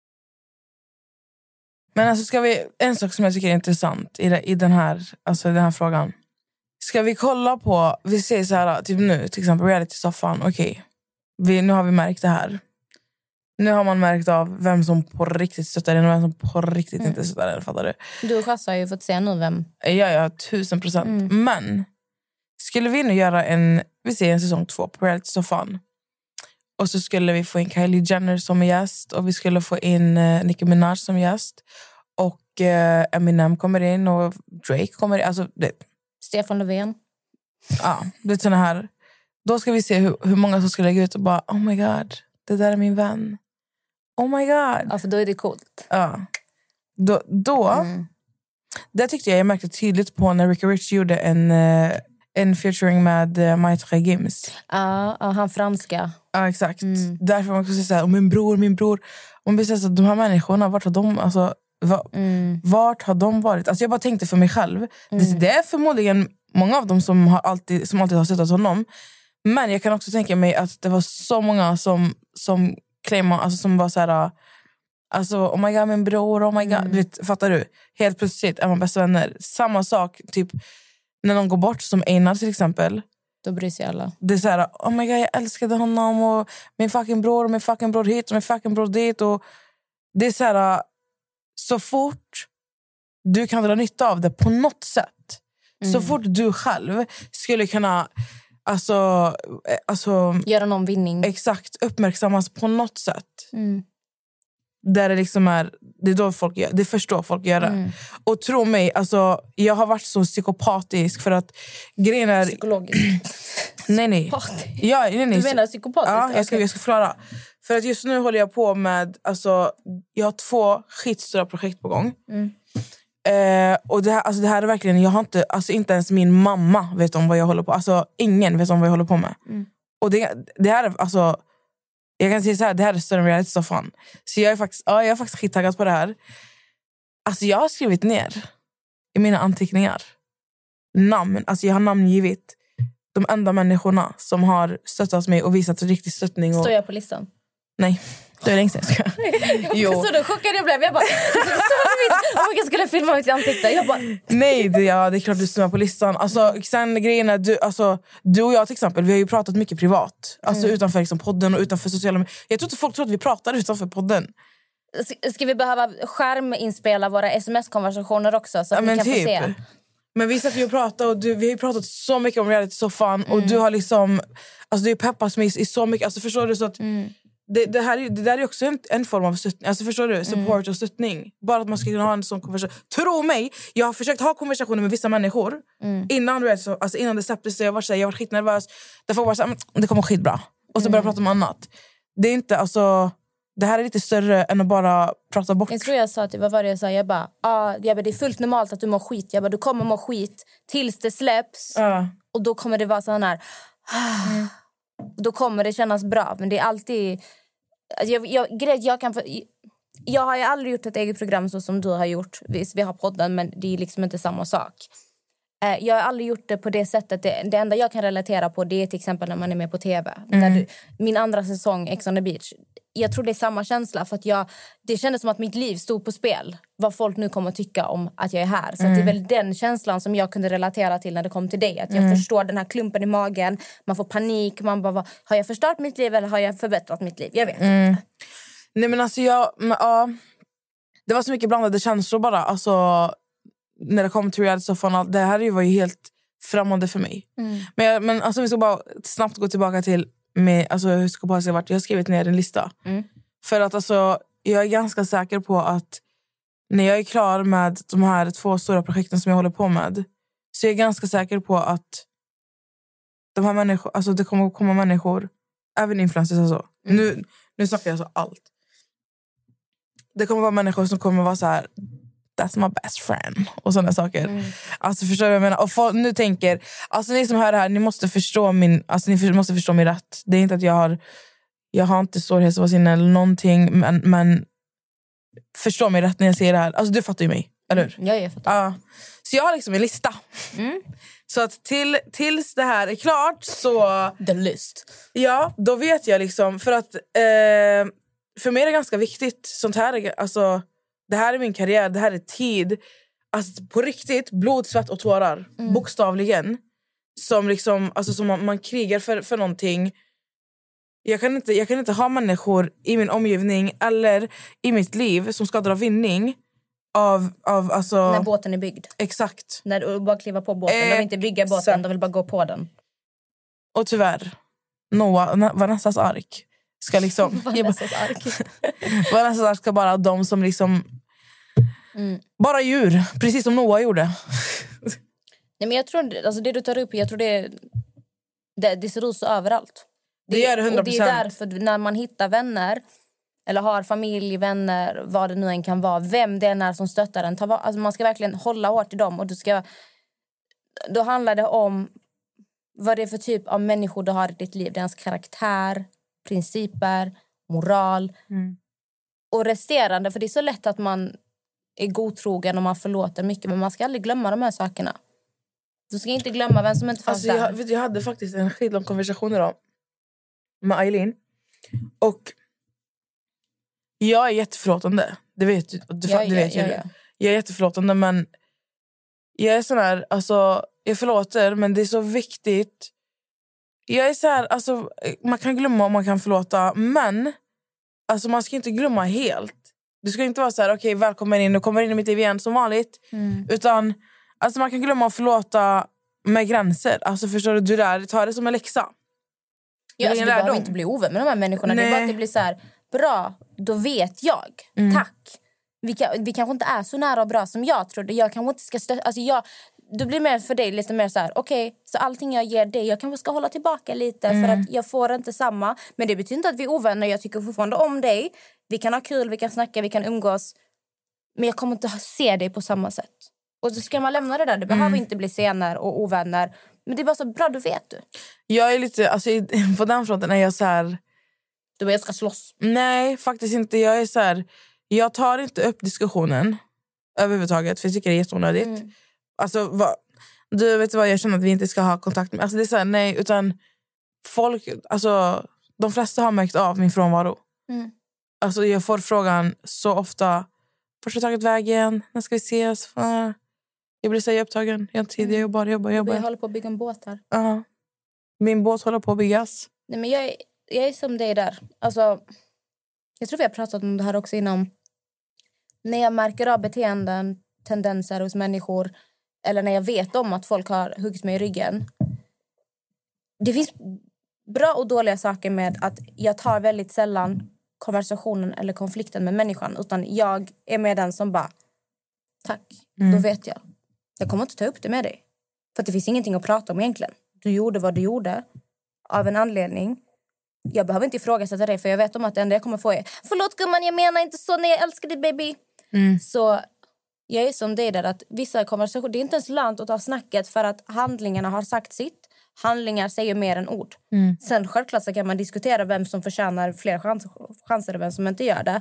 Men alltså ska vi, en sak som jag tycker är intressant i, det, i den, här, alltså den här frågan. Ska vi kolla på, vi säger så här, typ nu, till exempel reality-soffan, okej. Okay. Nu har vi märkt det här. Nu har man märkt av vem som på riktigt stöttar den och vem som på riktigt mm. inte stöttar den, fattar du? Du och Chassa har ju fått se nu vem. Ja, ja, tusen procent. Mm. Men, skulle vi nu göra en, vi säger en säsong två på reality-soffan. Och så skulle vi få in Kylie Jenner som gäst. Och vi skulle få in uh, Nicki Minaj som gäst. Och uh, Eminem kommer in och Drake kommer in. Alltså, det. Stefan Löfven. Ja, det är såna här. Då ska vi se hur, hur många som ska lägga ut och bara, oh my god, det där är min vän. Oh my god. Ja, för då är det coolt. Ja. Då, då mm. det tyckte jag jag märkte tydligt på när Ricky Rich gjorde en, uh, en featuring med uh, Maitre Gims. Ja, uh, uh, han franska. Ja, exakt. Mm. Därför man kan säga så här, min bror, min bror. Man blir så här, de här människorna, vart har de, alltså, va, mm. vart har de varit? Alltså jag bara tänkte för mig själv. Mm. Det, det är förmodligen många av dem som, har alltid, som alltid har suttit honom. Men jag kan också tänka mig att det var så många som, som claimade, alltså som var så här, alltså, oh my god, min bror, oh my god. Mm. Du vet, fattar du? Helt plötsligt är man bästa vänner. Samma sak, typ, när någon går bort, som Einar till exempel. Då bryr sig alla. Det är så här, oh my god, jag älskade honom och min fucking bror och min fucking bror hit och min fucking bror dit. Och det är så här, så fort du kan dra nytta av det på något sätt. Mm. Så fort du själv skulle kunna alltså, alltså, göra någon vinning. Exakt, uppmärksammas på något sätt. Mm. Där det liksom är, det är då folk gör, det förstår folk göra. Mm. Och tro mig, alltså, jag har varit så psykopatisk för att grejen är... Psykologiskt? nej, nej. Ja, nej, nej. Du menar psykopatisk? Ja, jag ska, jag ska förklara. För att just nu håller jag på med, alltså, jag har två skitstora projekt på gång. Mm. Eh, och det här, alltså, det här är verkligen, jag har inte, alltså inte ens min mamma vet om vad jag håller på. Alltså ingen vet om vad jag håller på med. Mm. Och det, det här är, alltså... Jag kan säga så här, det här är större än reality-soffan. Så jag är faktiskt, ja, jag är faktiskt skittaggad på det här. Alltså jag har skrivit ner i mina anteckningar namn, alltså jag har namngivit de enda människorna som har stöttat mig och visat riktig stöttning. Och... Står jag på listan? Nej, det är länge sedan. Jo. Så då chockade jag blev. Jag bara, om jag skulle filma mitt ansikte. Jag bara... Nej, det, ja, det är klart du står på listan. Alltså, sen grejen är, du, alltså, du och jag till exempel, vi har ju pratat mycket privat. Alltså mm. utanför liksom, podden och utanför sociala medier. Jag tror inte folk tror att vi pratar utanför podden. Ska vi behöva skärminspela våra sms-konversationer också? Så att ja, vi kan typ. få se. Men vi satt ju och pratade och du, vi har ju pratat så mycket om reality-soffan. Mm. Och du har liksom, alltså det är peppat mig i så mycket. Alltså förstår du så att... Mm. Det, det, här är, det där är också en, en form av stöttning. Alltså förstår du? Support mm. och stöttning. Bara att man ska kunna ha en sån konversation. Tro mig, jag har försökt ha konversationer med vissa människor. Mm. Innan, alltså, innan det släpptes. Jag var, så här, jag var skitnervös. Därför var jag så här, det kommer skitbra. Och så började jag prata om annat. Det är inte, alltså... Det här är lite större än att bara prata bort. Jag tror jag sa att det var vad jag sa. Jag bara, ah, jag bara, det är fullt normalt att du mår skit. Jag bara, du kommer må skit tills det släpps. Uh. Och då kommer det vara sån här... Mm. Då kommer det kännas bra. Men det är alltid... Jag, jag, jag, kan för, jag har ju aldrig gjort ett eget program så som du har gjort. Vi, vi har podden, men det är liksom inte samma sak. Eh, jag har aldrig gjort det på det sättet. Det, det enda jag kan relatera på det är till exempel när man är med på tv. Mm. När du, min andra säsong, Ex on the Beach. Jag tror det är samma känsla för att jag, det kändes som att mitt liv stod på spel. Vad folk nu kommer att tycka om att jag är här. Så mm. att det är väl den känslan som jag kunde relatera till när det kom till dig. Att jag mm. förstår den här klumpen i magen. Man får panik. Man bara, har jag förstört mitt liv eller har jag förbättrat mitt liv? Jag vet mm. inte. Nej men alltså jag, men, ja, det var så mycket blandade känslor bara. Alltså när det kom till reality-soffan. Det här var ju helt främmande för mig. Mm. Men, jag, men alltså vi ska bara snabbt gå tillbaka till med, alltså, hur ska jag, jag har skrivit ner en lista. Mm. För att alltså, jag är ganska säker på att när jag är klar med de här två stora projekten som jag håller på med, så jag är ganska säker på att de här människor, alltså det kommer att komma människor, även influencers och så. Mm. Nu, nu snackar jag så allt. Det kommer att vara människor som kommer att vara så här: that's my best friend och sådana saker. Mm. Alltså förstår du vad jag menar? Och folk, nu tänker, alltså ni som hör det här, ni måste förstå min, alltså ni måste förstå mig rätt. Det är inte att jag har jag har inte svårhetsvansinne eller någonting, men, men förstå mig rätt när jag säger det här. Alltså du fattar ju mig, eller hur? Ja, jag fattar. Uh, så jag har liksom en lista. Mm. Så att till, tills det här är klart så... The list. Ja, då vet jag liksom, för att eh, för mig är det ganska viktigt sånt här, alltså det här är min karriär, det här är tid. Alltså på riktigt, blod, svett och tårar. Mm. Bokstavligen. Som liksom, alltså som man, man krigar för, för någonting. Jag kan, inte, jag kan inte ha människor i min omgivning eller i mitt liv som ska dra vinning av, av alltså... När båten är byggd. Exakt. När du bara kliver på båten. Eh, de vill inte bygga båten, så... de vill bara gå på den. Och tyvärr, Noah, Vanessas ark ska liksom... Vanessas ark. Vanessas ark ska bara de som liksom... Mm. Bara djur, precis som Noah gjorde. Nej, men jag tror, alltså det du tar upp, jag tror det, det, det ser ut så överallt. Det, det gör det hundra procent. Och det är därför när man hittar vänner eller har familj, vänner, vad det nu än kan vara, vem det är som stöttar en, ta, alltså man ska verkligen hålla hårt i dem. Och du ska, då handlar det om vad det är för typ av människor du har i ditt liv. Deras karaktär, principer, moral. Mm. Och resterande, för det är så lätt att man är godtrogen och man förlåter mycket, men man ska aldrig glömma de här sakerna. Du ska inte glömma vem som inte fanns alltså, där. Jag, vet, jag hade faktiskt en skitlång konversation idag med Eileen. Och jag är jätteförlåtande. Det vet du. Det, ja, det vet ja, jag. Ja, ja. Jag är jätteförlåtande, men jag är sån här, alltså jag förlåter, men det är så viktigt. Jag är så här, alltså man kan glömma och man kan förlåta, men alltså man ska inte glömma helt. Du ska inte vara så här, okej, okay, välkommen in och kommer in i mitt liv igen som vanligt. Mm. Utan alltså man kan glömma och förlåta med gränser. Alltså förstår du, du där, ta det som en läxa. Ja, alltså, du behöver inte bli ovän med de här människorna. Nej. Det är bara att det blir så här, bra, då vet jag. Mm. Tack. Vi, kan, vi kanske inte är så nära och bra som jag trodde. Jag kanske inte ska stötta... Alltså jag, det blir mer för dig lite mer så här... Okej, okay, så allting jag ger dig... Jag kanske ska hålla tillbaka lite mm. för att jag får inte samma. Men det betyder inte att vi är ovänner. Jag tycker fortfarande om dig. Vi kan ha kul, vi kan snacka, vi kan umgås. Men jag kommer inte se dig på samma sätt. Och så ska man lämna det där. Det behöver mm. inte bli senare och ovänner. Men det är bara så bra, du vet du. Jag är lite... Alltså, på den fronten är jag så här... Du bara, jag ska slåss. Nej, faktiskt inte. Jag är så här... Jag tar inte upp diskussionen överhuvudtaget, för jag tycker det är jätteonödigt. Mm. Alltså, vad, du vet vad, jag känner att vi inte ska ha kontakt med. Alltså det är så här, nej, utan folk, alltså de flesta har märkt av min frånvaro. Mm. Alltså jag får frågan så ofta, första taget vägen, när ska vi ses? Fan. Jag blir så här upptagen, jag har tid, jag jobbar, jobbar, jobbar. Jag håller på att bygga en båt här. Ja, uh-huh. Min båt håller på att byggas. Nej, men jag är, jag är som dig där. Alltså, jag tror vi har pratat om det här också inom. När jag märker av beteenden, tendenser hos människor, eller när jag vet om att folk har huggit mig i ryggen. Det finns bra och dåliga saker med att jag tar väldigt sällan konversationen eller konflikten med människan. Utan jag är med den som bara, tack, mm. då vet jag. Jag kommer inte ta upp det med dig. För att det finns ingenting att prata om egentligen. Du gjorde vad du gjorde av en anledning. Jag behöver inte ifrågasätta det, för jag vet om att det enda jag kommer få är, förlåt gumman, jag menar inte så, nej jag älskar dig baby. Mm. Så jag är som dig där, att vissa konversationer, det är inte ens lönt att ta snacket för att handlingarna har sagt sitt. Handlingar säger mer än ord. Mm. Sen självklart så kan man diskutera vem som förtjänar fler chans, chanser och vem som inte gör det.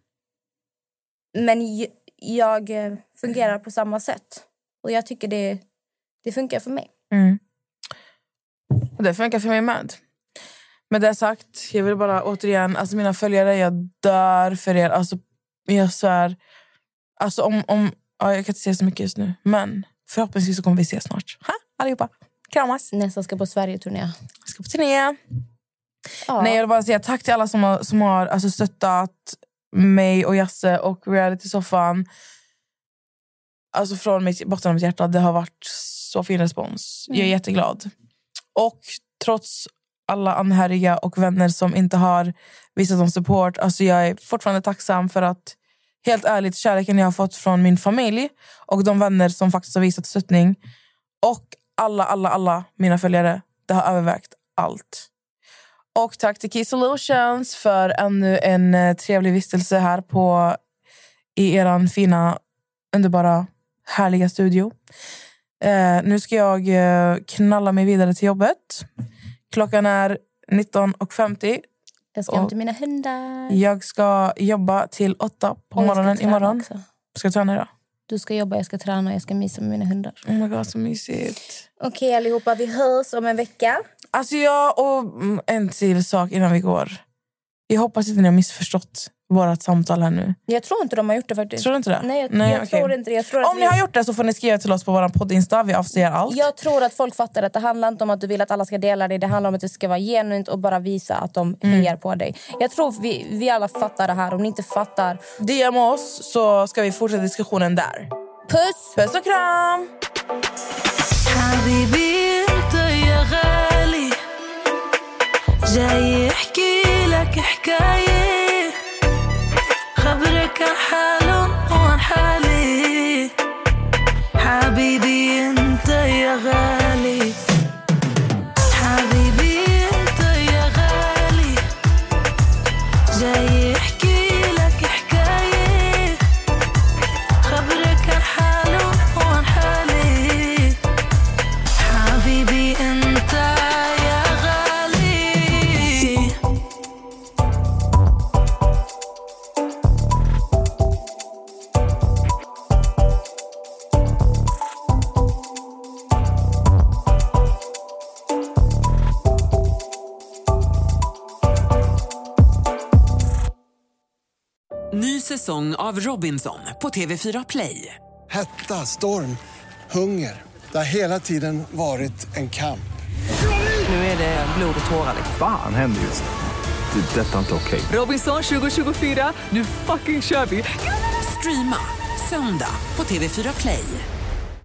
Men j- jag fungerar på samma sätt. Och jag tycker det, det funkar för mig. Mm. Och det funkar för mig med. Med det sagt, jag vill bara återigen, alltså mina följare, jag dör för er. Alltså jag svär, alltså om, om ja, jag kan inte säga så mycket just nu, men förhoppningsvis så kommer vi se snart. Ha? Allihopa, kramas. Nästa ska på Sverige-turné. Jag ska på turné. Ja. Nej, jag vill bara säga tack till alla som har, som har alltså, stöttat mig och Jasse och Reality-soffan. Alltså från mitt, botten av mitt hjärta, det har varit så fin respons. Mm. Jag är jätteglad. Och trots alla anhöriga och vänner som inte har visat om support, alltså jag är fortfarande tacksam för att, helt ärligt, kärleken jag har fått från min familj och de vänner som faktiskt har visat stöttning och alla, alla, alla mina följare, det har övervägt allt. Och tack till Key Solutions för ännu en trevlig vistelse här på i eran fina, underbara, härliga studio. Eh, nu ska jag eh, knalla mig vidare till jobbet. Klockan är nitton och femtio. Jag ska hämta mina hundar. Jag ska jobba till åtta på morgonen imorgon. Också. Ska jag träna idag? Du ska jobba, jag ska träna, jag ska mysa med mina hundar. Oh my god, så mysigt. Okej okay, allihopa, vi hörs om en vecka. Alltså jag, och en till sak innan vi går. Jag hoppas inte ni har missförstått vårat samtal här nu. Jag tror inte de har gjort det faktiskt. Tror du inte det? Nej, jag, Nej, jag okay. tror inte det. Jag tror att om vi... ni har gjort det så får ni skriva till oss på vår podd-insta. Vi avsäger allt. Jag tror att folk fattar att det handlar inte om att du vill att alla ska dela det. Det handlar om att det ska vara genuint och bara visa att de mm. hejar på dig. Jag tror vi, vi alla fattar det här. Om ni inte fattar, D M oss så ska vi fortsätta diskussionen där. Puss! Puss och kram! حبيبي انت يا غالي جاي احكي لك حكايه خبرك عن حالهم وعن حالي حبيبي انت يا غالي حبيبي انت يا غالي جاي احكي لك حكايه خبرك عن حالهم وعن حالي حبيبي انت يا غالي Ny säsong av Robinson på T V fyra Play. Hetta, storm, hunger. Det har hela tiden varit en kamp. Nu är det blod och tårar. Fan händer just det. Det är detta inte okej. Robinson tjugo tjugofyra, nu fucking kör vi. Streama söndag på T V fyra Play.